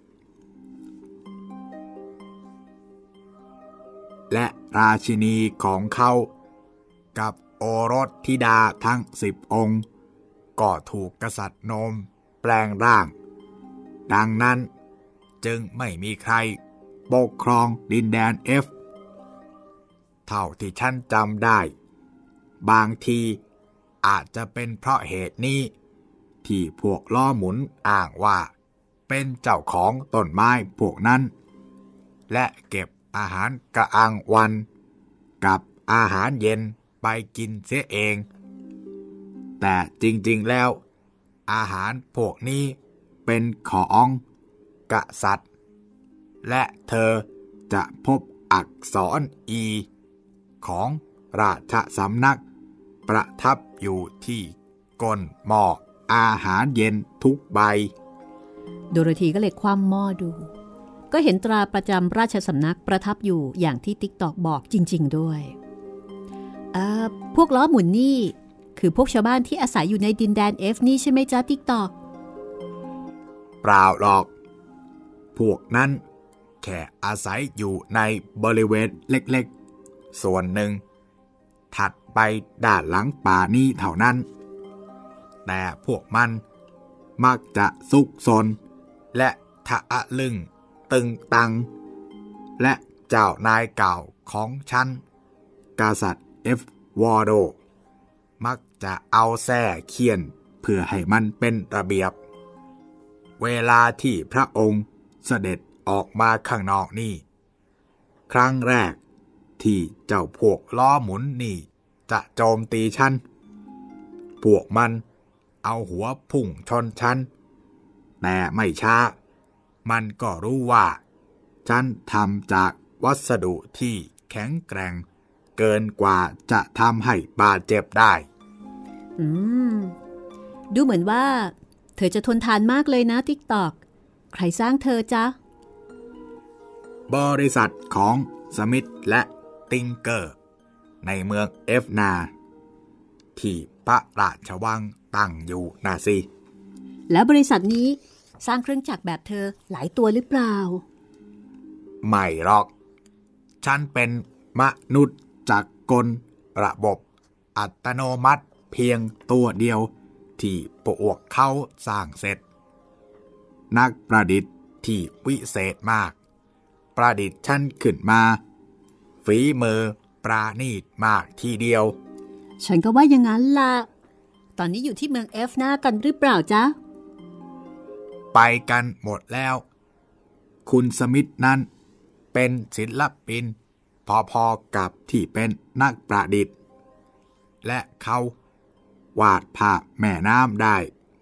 และราชินีของเขากับโอรสธิดาทั้งสิบองค์ก็ถูกกษัตริย์โนมแปลงร่างดังนั้นจึงไม่มีใครปกครองดินแดน F เท่าที่ฉันจำได้บางทีอาจจะเป็นเพราะเหตุนี้ที่พวกล้อหมุนอ้างว่าเป็นเจ้าของต้นไม้พวกนั้นและเก็บอาหารกลางวันกับอาหารเย็นไปกินเสียเองแต่จริงๆแล้วอาหารพวกนี้เป็นของกษัตริย์และเธอจะพบอักษร E ของราชสำนักประทับอยู่ที่ก้นหม้ออาหารเย็นทุกใบโดโรธีก็เลยคว่ำหม้อดูก็เห็นตราประจำราชสำนักประทับอยู่อย่างที่ TikTok บอกจริงๆด้วยเอ่อพวกล้อหมุนนี่คือพวกชาวบ้านที่อาศัยอยู่ในดินแดน F นี่ใช่ไหมจ๊ะ TikTok เปล่าหรอกพวกนั้นแค่อาศัยอยู่ในบริเวณเล็กๆส่วนหนึ่งถัดไปด้านหลังป่านี้เท่านั้นแต่พวกมันมักจะซุกซนและทะลึ่งตึงตังและเจ้านายเก่าของฉันกษัตริย์ F วอร์โดมักจะเอาแส้เคี่ยนเพื่อให้มันเป็นระเบียบเวลาที่พระองค์เสด็จออกมาข้างนอกนี่ครั้งแรกที่เจ้าพวกล้อหมุนนี่จะโจมตีฉันพวกมันเอาหัวพุ่งชนฉันแต่ไม่ช้ามันก็รู้ว่าฉันทำจากวัสดุที่แข็งแกร่งเกินกว่าจะทำให้บาดเจ็บได้อืมดูเหมือนว่าเธอจะทนทานมากเลยนะ TikTok ใครสร้างเธอจ๊ะบริษัทของสมิธและติงเกอร์ในเมืองเอฟนาที่พระราชวังตั้งอยู่น่ะสิแล้วบริษัทนี้สร้างเครื่องจักรแบบเธอหลายตัวหรือเปล่าไม่หรอกฉันเป็นมนุษย์จักรกลระบบอัตโนมัติเพียงตัวเดียวที่พวกเขาสร้างเสร็จนักประดิษฐ์ที่วิเศษมากประดิษฐ์ฉันขึ้นมาฝีมือปราณีตมากทีเดียวฉันก็ว่าอย่างนั้นล่ะตอนนี้อยู่ที่เมืองเอฟนากันหรือเปล่าจ๊ะไปกันหมดแล้วคุณสมิธนั้นเป็นศิลปินพอๆกับที่เป็นนักประดิษฐ์และเขาวาดภาพแม่น้ำได้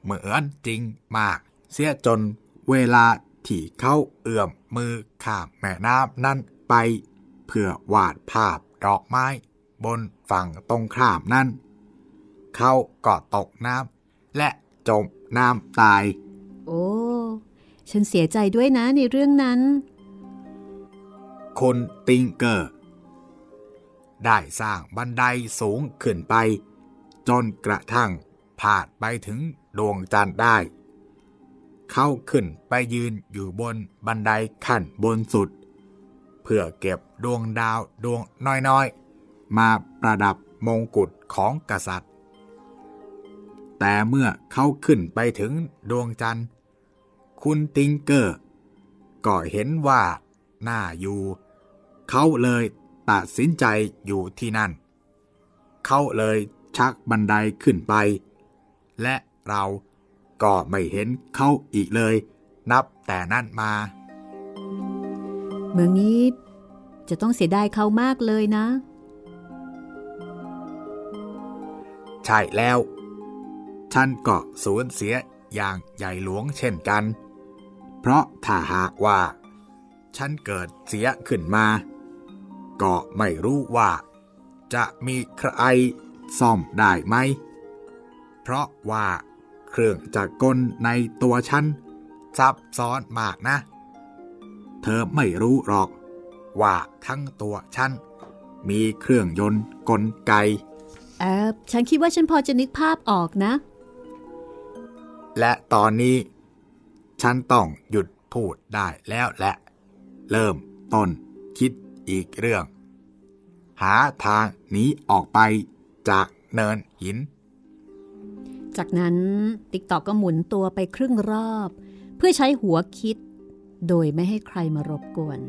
เหมือนจริงมากเสียจนเวลาที่เขาเอื้อมมือข้ามแม่น้ำนั่นไปเพื่อวาดภาพดอกไม้บนฝั่งตรงข้ามนั้นเขาก็ตกน้ำและจมน้ำตายโอ้ฉันเสียใจด้วยนะในเรื่องนั้นคุณติงเกอร์ได้สร้างบันไดสูงขึ้นไปจนกระทั่งผ่านไปถึงดวงจันทร์ได้เขาขึ้นไปยืนอยู่บนบันไดขั้นบนสุดเพื่อเก็บดวงดาวดวงน้อยๆมาประดับมงกุฎของกษัตริย์แต่เมื่อเขาขึ้นไปถึงดวงจันทร์คุณติงเกอร์ก็เห็นว่าน่าอยู่เขาเลยตัดสินใจอยู่ที่นั่นเขาเลยชักบันไดขึ้นไปและเราก็ไม่เห็นเขาอีกเลยนับแต่นั้นมาเมืองนี้จะต้องเสียดายเขามากเลยนะใช่แล้วฉันก็สูญเสียอย่างใหญ่หลวงเช่นกันเพราะถ้าหากว่าฉันเกิดเสียขึ้นมาก็ไม่รู้ว่าจะมีใครซ่อมได้ไหมเพราะว่าเครื่องจักรกลในตัวฉันซับซ้อนมากนะเธอไม่รู้หรอกว่าทั้งตัวฉันมีเครื่องยนต์กลไกเออฉันคิดว่าฉันพอจะนึกภาพออกนะและตอนนี้ฉันต้องหยุดพูดได้แล้วแหละเริ่มต้นคิดอีกเรื่องหาทางหนีออกไปจากเนินหินจากนั้นติ๊กตอกก็หมุนตัวไปครึ่งรอบเพื่อใช้หัวคิดโดยไม่ให้ใครมารบกวน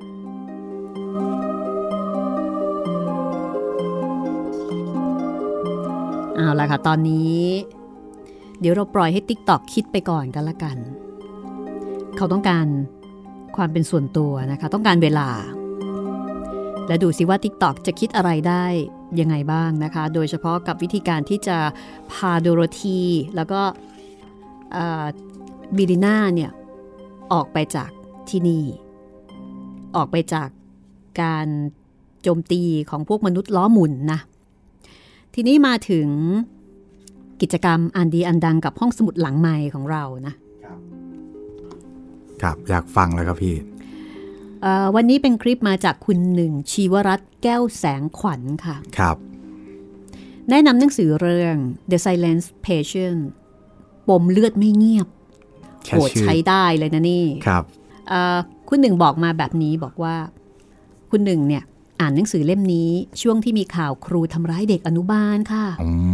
เอาล่ะค่ะตอนนี้เดี๋ยวเราปล่อยให้ติ๊กตอกคิดไปก่อนกันละกันเขาต้องการความเป็นส่วนตัวนะคะต้องการเวลาและดูสิว่า TikTok จะคิดอะไรได้ยังไงบ้างนะคะโดยเฉพาะกับวิธีการที่จะพาโดโรธีแล้วก็บิลิน่าเนี่ยออกไปจากที่นี่ออกไปจากการโจมตีของพวกมนุษย์ล้อหมุนนะทีนี้มาถึงกิจกรรมอันดีอันดังกับห้องสมุดหลังไมค์ของเรานะครับครับอยากฟังแล้วครับพี่วันนี้เป็นคลิปมาจากคุณหนึ่งชีวรัตน์แก้วแสงขวัญค่ะครับแนะนำหนังสือเรื่อง The Silent Patient ปมเลือดไม่เงียบโหดใช้ได้เลยนะนี่ครับคุณหนึ่งบอกมาแบบนี้บอกว่าคุณหนึ่งเนี่ยอ่านหนังสือเล่มนี้ช่วงที่มีข่าวครูทำร้ายเด็กอนุบาลค่ะ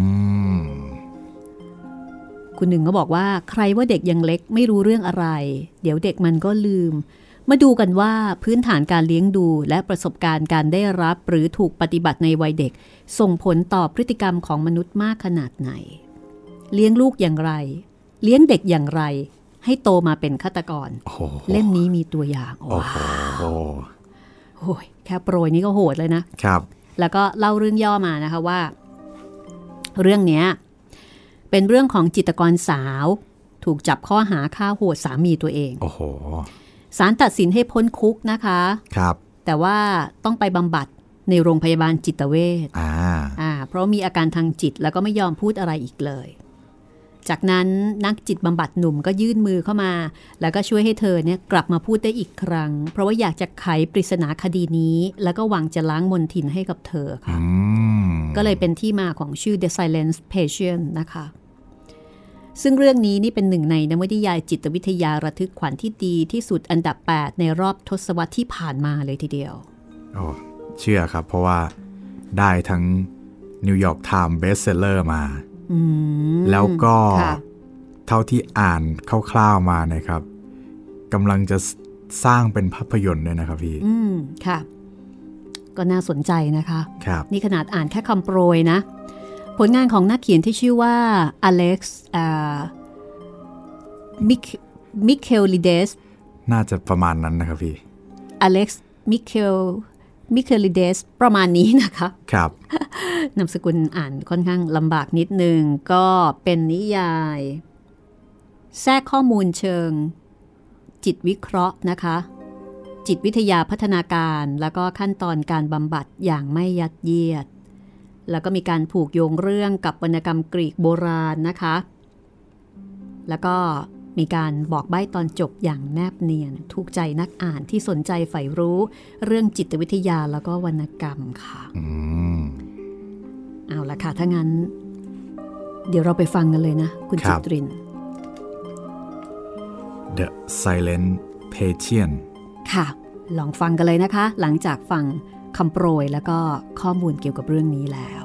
คุณหนึ่งก็บอกว่าใครว่าเด็กยังเล็กไม่รู้เรื่องอะไรเดี๋ยวเด็กมันก็ลืมมาดูกันว่าพื้นฐานการเลี้ยงดูและประสบการณ์การได้รับหรือถูกปฏิบัติในวัยเด็กส่งผลต่อพฤติกรรมของมนุษย์มากขนาดไหนเลี้ยงลูกอย่างไรเลี้ยงเด็กอย่างไรให้โตมาเป็นฆาตกรเล่มนี้มีตัวอย่างว้าวโอ้ยแค่โปรยนี้ก็โหดเลยนะครับแล้วก็เล่าเรื่องย่อมานะคะว่าเรื่องนี้เป็นเรื่องของจิตรกรสาวถูกจับข้อหาฆ่าโหดสามีตัวเองโอ้โหศาลตัดสินให้พ้นคุกนะคะครับแต่ว่าต้องไปบำบัดในโรงพยาบาลจิตเวชอ่าอ่าเพราะมีอาการทางจิตแล้วก็ไม่ยอมพูดอะไรอีกเลยจากนั้นนักจิตบำบัดหนุ่มก็ยื่นมือเข้ามาแล้วก็ช่วยให้เธอเนี่ยกลับมาพูดได้อีกครั้งเพราะว่าอยากจะไขปริศนาคดีนี้แล้วก็หวังจะล้างมลทินให้กับเธอค่ะก็เลยเป็นที่มาของชื่อ The Silent Patient นะคะซึ่งเรื่องนี้นี่เป็นหนึ่งในนวนิยายจิตวิทยาระทึกขวัญที่ดีที่สุดอันดับแปดในรอบทศวรรษที่ผ่านมาเลยทีเดียวโอ้เชื่อครับเพราะว่าได้ทั้ง New York Times Bestseller มาแล้วก็เท่าที่อ่านคร่าวๆมานะครับกำลังจะสร้างเป็นภาพยนตร์ด้วยนะครับพี่อืมค่ะก็น่าสนใจนะคะครับนี่ขนาดอ่านแค่คำโปรยนะผลงานของนักเขียนที่ชื่อว่าอเล็กซ์มิเคลลิเดสน่าจะประมาณนั้นนะครับพี่อเล็กซ์มิเคลมิเคลลิเดสประมาณนี้นะคะครับนามสกุลอ่านค่อนข้างลำบากนิดนึงก็เป็นนิยายแทรกข้อมูลเชิงจิตวิเคราะห์นะคะจิตวิทยาพัฒนาการแล้วก็ขั้นตอนการบำบัดอย่างไม่ยัดเยียดแล้วก็มีการผูกโยงเรื่องกับวรรณกรรมกรีกโบราณนะคะแล้วก็มีการบอกใบ้ตอนจบอย่างแนบเนียนถูกใจนักอ่านที่สนใจใฝ่รู้เรื่องจิตวิทยาแล้วก็วรรณกรรมค่ะเอาละค่ะถ้างั้นเดี๋ยวเราไปฟังกันเลยนะคุณจิตริน The Silent Patient ค่ะลองฟังกันเลยนะคะหลังจากฟังคำโปรยแล้วก็ข้อมูลเกี่ยวกับเรื่องนี้แล้ว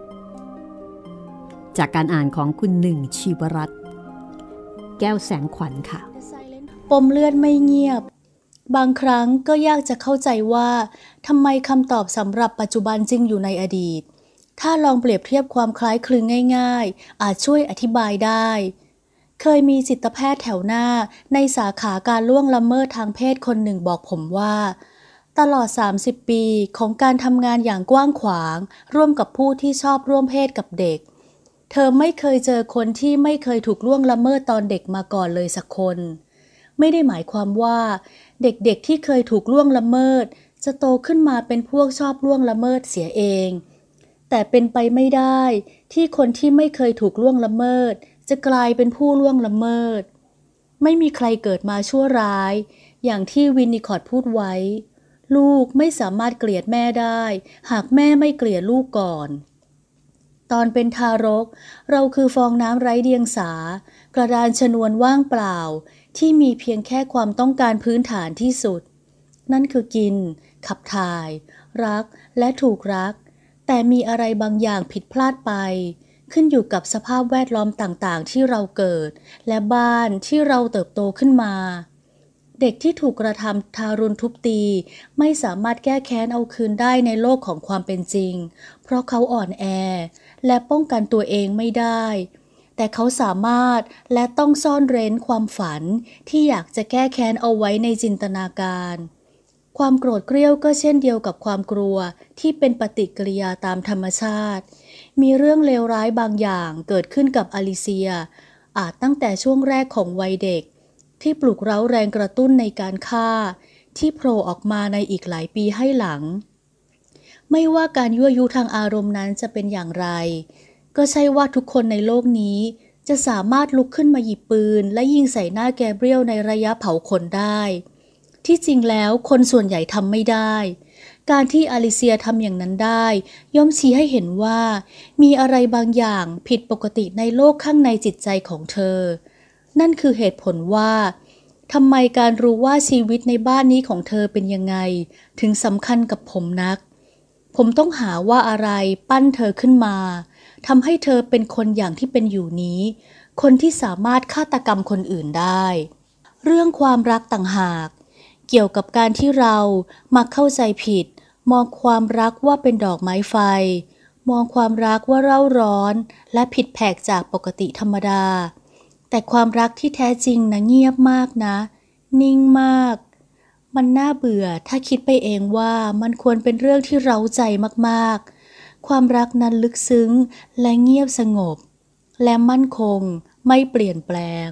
จากการอ่านของคุณหนึ่งชีวรัตน์แก้วแสงขวัญค่ะปมเลือดไม่เงียบบางครั้งก็ยากจะเข้าใจว่าทำไมคำตอบสำหรับปัจจุบันจึงอยู่ในอดีตถ้าลองเปรียบเทียบความคล้ายคลึงง่ายๆอาจช่วยอธิบายได้เคยมีจิตแพทย์แถวหน้าในสาขาการล่วงละเมิดทางเพศคนหนึ่งบอกผมว่าตลอดสามสิบปีของการทำงานอย่างกว้างขวางร่วมกับผู้ที่ชอบร่วมเพศกับเด็กเธอไม่เคยเจอคนที่ไม่เคยถูกล่วงละเมิดตอนเด็กมาก่อนเลยสักคนไม่ได้หมายความว่าเด็กๆที่เคยถูกล่วงละเมิดจะโตขึ้นมาเป็นพวกชอบล่วงละเมิดเสียเองแต่เป็นไปไม่ได้ที่คนที่ไม่เคยถูกล่วงละเมิดจะกลายเป็นผู้ล่วงละเมิดไม่มีใครเกิดมาชั่วร้ายอย่างที่วินนิคอร์ดพูดไว้ลูกไม่สามารถเกลียดแม่ได้หากแม่ไม่เกลียดลูกก่อนตอนเป็นทารกเราคือฟองน้ำไร้เดียงสากระดานชนวนว่างเปล่าที่มีเพียงแค่ความต้องการพื้นฐานที่สุดนั่นคือกินขับถ่ายรักและถูกรักแต่มีอะไรบางอย่างผิดพลาดไปขึ้นอยู่กับสภาพแวดล้อมต่างๆที่เราเกิดและบ้านที่เราเติบโตขึ้นมาเด็กที่ถูกกระทำทารุณทุบตีไม่สามารถแก้แค้นเอาคืนได้ในโลกของความเป็นจริงเพราะเขาอ่อนแอและป้องกันตัวเองไม่ได้แต่เขาสามารถและต้องซ่อนเร้นความฝันที่อยากจะแก้แค้นเอาไว้ในจินตนาการความโกรธเกรี้ยวก็เช่นเดียวกับความกลัวที่เป็นปฏิกิริยาตามธรรมชาติมีเรื่องเลวร้ายบางอย่างเกิดขึ้นกับอลิเซียอาจตั้งแต่ช่วงแรกของวัยเด็กที่ปลุกเร้าแรงกระตุ้นในการฆ่าที่โผล่ออกมาในอีกหลายปีให้หลังไม่ว่าการยั่วยุทางอารมณ์นั้นจะเป็นอย่างไรก็ใช่ว่าทุกคนในโลกนี้จะสามารถลุกขึ้นมาหยิบปืนและยิงใส่หน้าแกเบรียลในระยะเผาขนได้ที่จริงแล้วคนส่วนใหญ่ทำไม่ได้การที่อลิเซียทำอย่างนั้นได้ย่อมชี้ให้เห็นว่ามีอะไรบางอย่างผิดปกติในโลกข้างในจิตใจของเธอนั่นคือเหตุผลว่าทำไมการรู้ว่าชีวิตในบ้านนี้ของเธอเป็นยังไงถึงสำคัญกับผมนักผมต้องหาว่าอะไรปั้นเธอขึ้นมาทำให้เธอเป็นคนอย่างที่เป็นอยู่นี้คนที่สามารถฆาตกรรมคนอื่นได้เรื่องความรักต่างหากเกี่ยวกับการที่เรามักเข้าใจผิดมองความรักว่าเป็นดอกไม้ไฟมองความรักว่าเร่าร้อนและผิดแผกจากปกติธรรมดาแต่ความรักที่แท้จริงนะเงียบมากนะนิ่งมากมันน่าเบื่อถ้าคิดไปเองว่ามันควรเป็นเรื่องที่เร้าใจมากๆความรักนั้นลึกซึ้งและเงียบสงบและมั่นคงไม่เปลี่ยนแปลง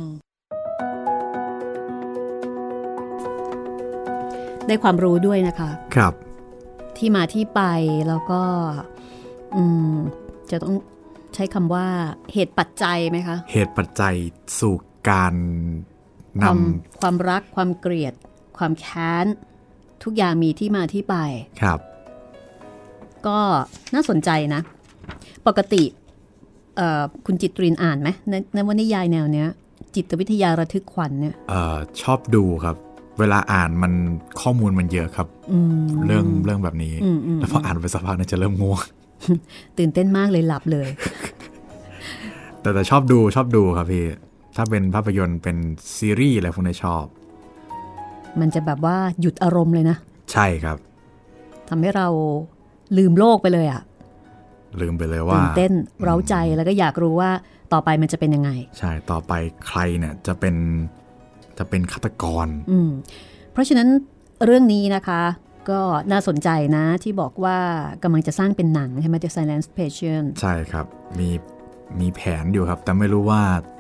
ได้ความรู้ด้วยนะคะครับที่มาที่ไปแล้วก็อืมจะต้องใช้คำว่าเหตุปัจจัยไหมคะเหตุปัจจัยสู่การนำความรักความเกลียดความแค้นทุกอย่างมีที่มาที่ไปครับก็น่าสนใจนะปกติคุณจิตรินอ่านไหมในในวรรณนิยายแนวเนี้ยจิตวิทยาระทึกขวัญเนี่ยเอ่อชอบดูครับเวลาอ่านมันข้อมูลมันเยอะครับเรื่องเรื่องแบบนี้แล้วพออ่านไปสักพักเนี่ยจะเริ่มง่วงตื่นเต้นมากเลยหลับเลยแต่แต่ชอบดูชอบดูครับพี่ถ้าเป็นภาพยนตร์เป็นซีรีส์อะไรพวกนี้ชอบมันจะแบบว่าหยุดอารมณ์เลยนะใช่ครับทำให้เราลืมโลกไปเลยอ่ะลืมไปเลยว่าตื่นเต้นเร้าใจแล้วก็อยากรู้ว่าต่อไปมันจะเป็นยังไงใช่ต่อไปใครเนี่ยจะเป็นจะเป็นฆาตกรอืมเพราะฉะนั้นเรื่องนี้นะคะก็น่าสนใจนะที่บอกว่ากำลังจะสร้างเป็นหนังใช่ไหม The Silent Patient ใช่ครับมีมีแผนอยู่ครับแต่ไม่รู้ว่า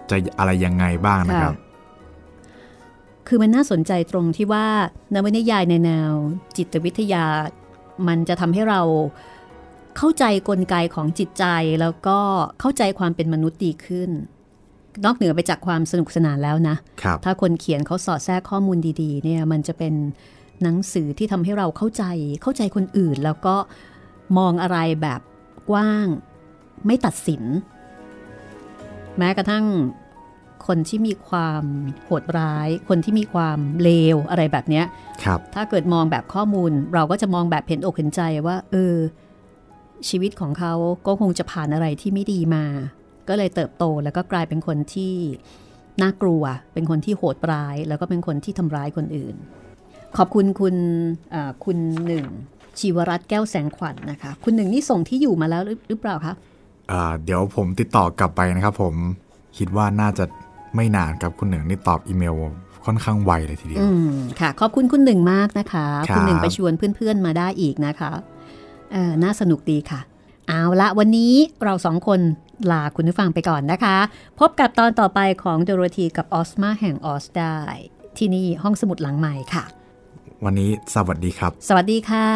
จะอะไรยังไงบ้างนะครับคือมันน่าสนใจตรงที่ว่านวนิยายในแนวจิตวิทยามันจะทำให้เราเข้าใจกลไกของจิตใจแล้วก็เข้าใจความเป็นมนุษย์ดีขึ้นนอกเหนือไปจากความสนุกสนานแล้วนะถ้าคนเขียนเขาสอดแทรกข้อมูลดีๆเนี่ยมันจะเป็นหนังสือที่ทำให้เราเข้าใจเข้าใจคนอื่นแล้วก็มองอะไรแบบกว้างไม่ตัดสินแม้กระทั่งคนที่มีความโหดร้ายคนที่มีความเลวอะไรแบบเนี้ยถ้าเกิดมองแบบข้อมูลเราก็จะมองแบบเห็นอกเห็นใจว่าเออชีวิตของเขาก็คงจะผ่านอะไรที่ไม่ดีมาก็เลยเติบโตแล้วก็กลายเป็นคนที่น่ากลัวเป็นคนที่โหดร้ายแล้วก็เป็นคนที่ทำร้ายคนอื่นขอบคุณคุณคุณหนึ่งชีวรัตน์แก้วแสงขวัญ นะคะคุณหนึ่งนี่ส่งที่อยู่มาแล้วหรือเปล่าคะเดี๋ยวผมติดต่อกลับไปนะครับผมคิดว่าน่าจะไม่นานครับคุณหนึ่งนี่ตอบอีเมลค่อนข้างไวเลยทีเดียวอืมค่ะขอบคุณคุณหนึ่งมากนะคะคุณหนึ่งไปชวนเพื่อนๆมาได้อีกนะคะเออน่าสนุกดีค่ะเอาละวันนี้เราสองคนลาคุณผู้ฟังไปก่อนนะคะพบกับตอนต่อไปของโดโรธีกับออสมาแห่งออสได้ที่นี่ห้องสมุดหลังใหม่ค่ะวันนี้สวัสดีครับสวัสดีค่ะ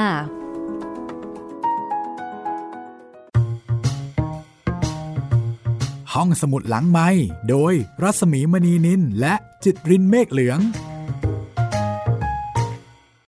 ห้องสมุดหลังไมค์โดยรัศมีมณีนินและจิตรินเมฆเหลือง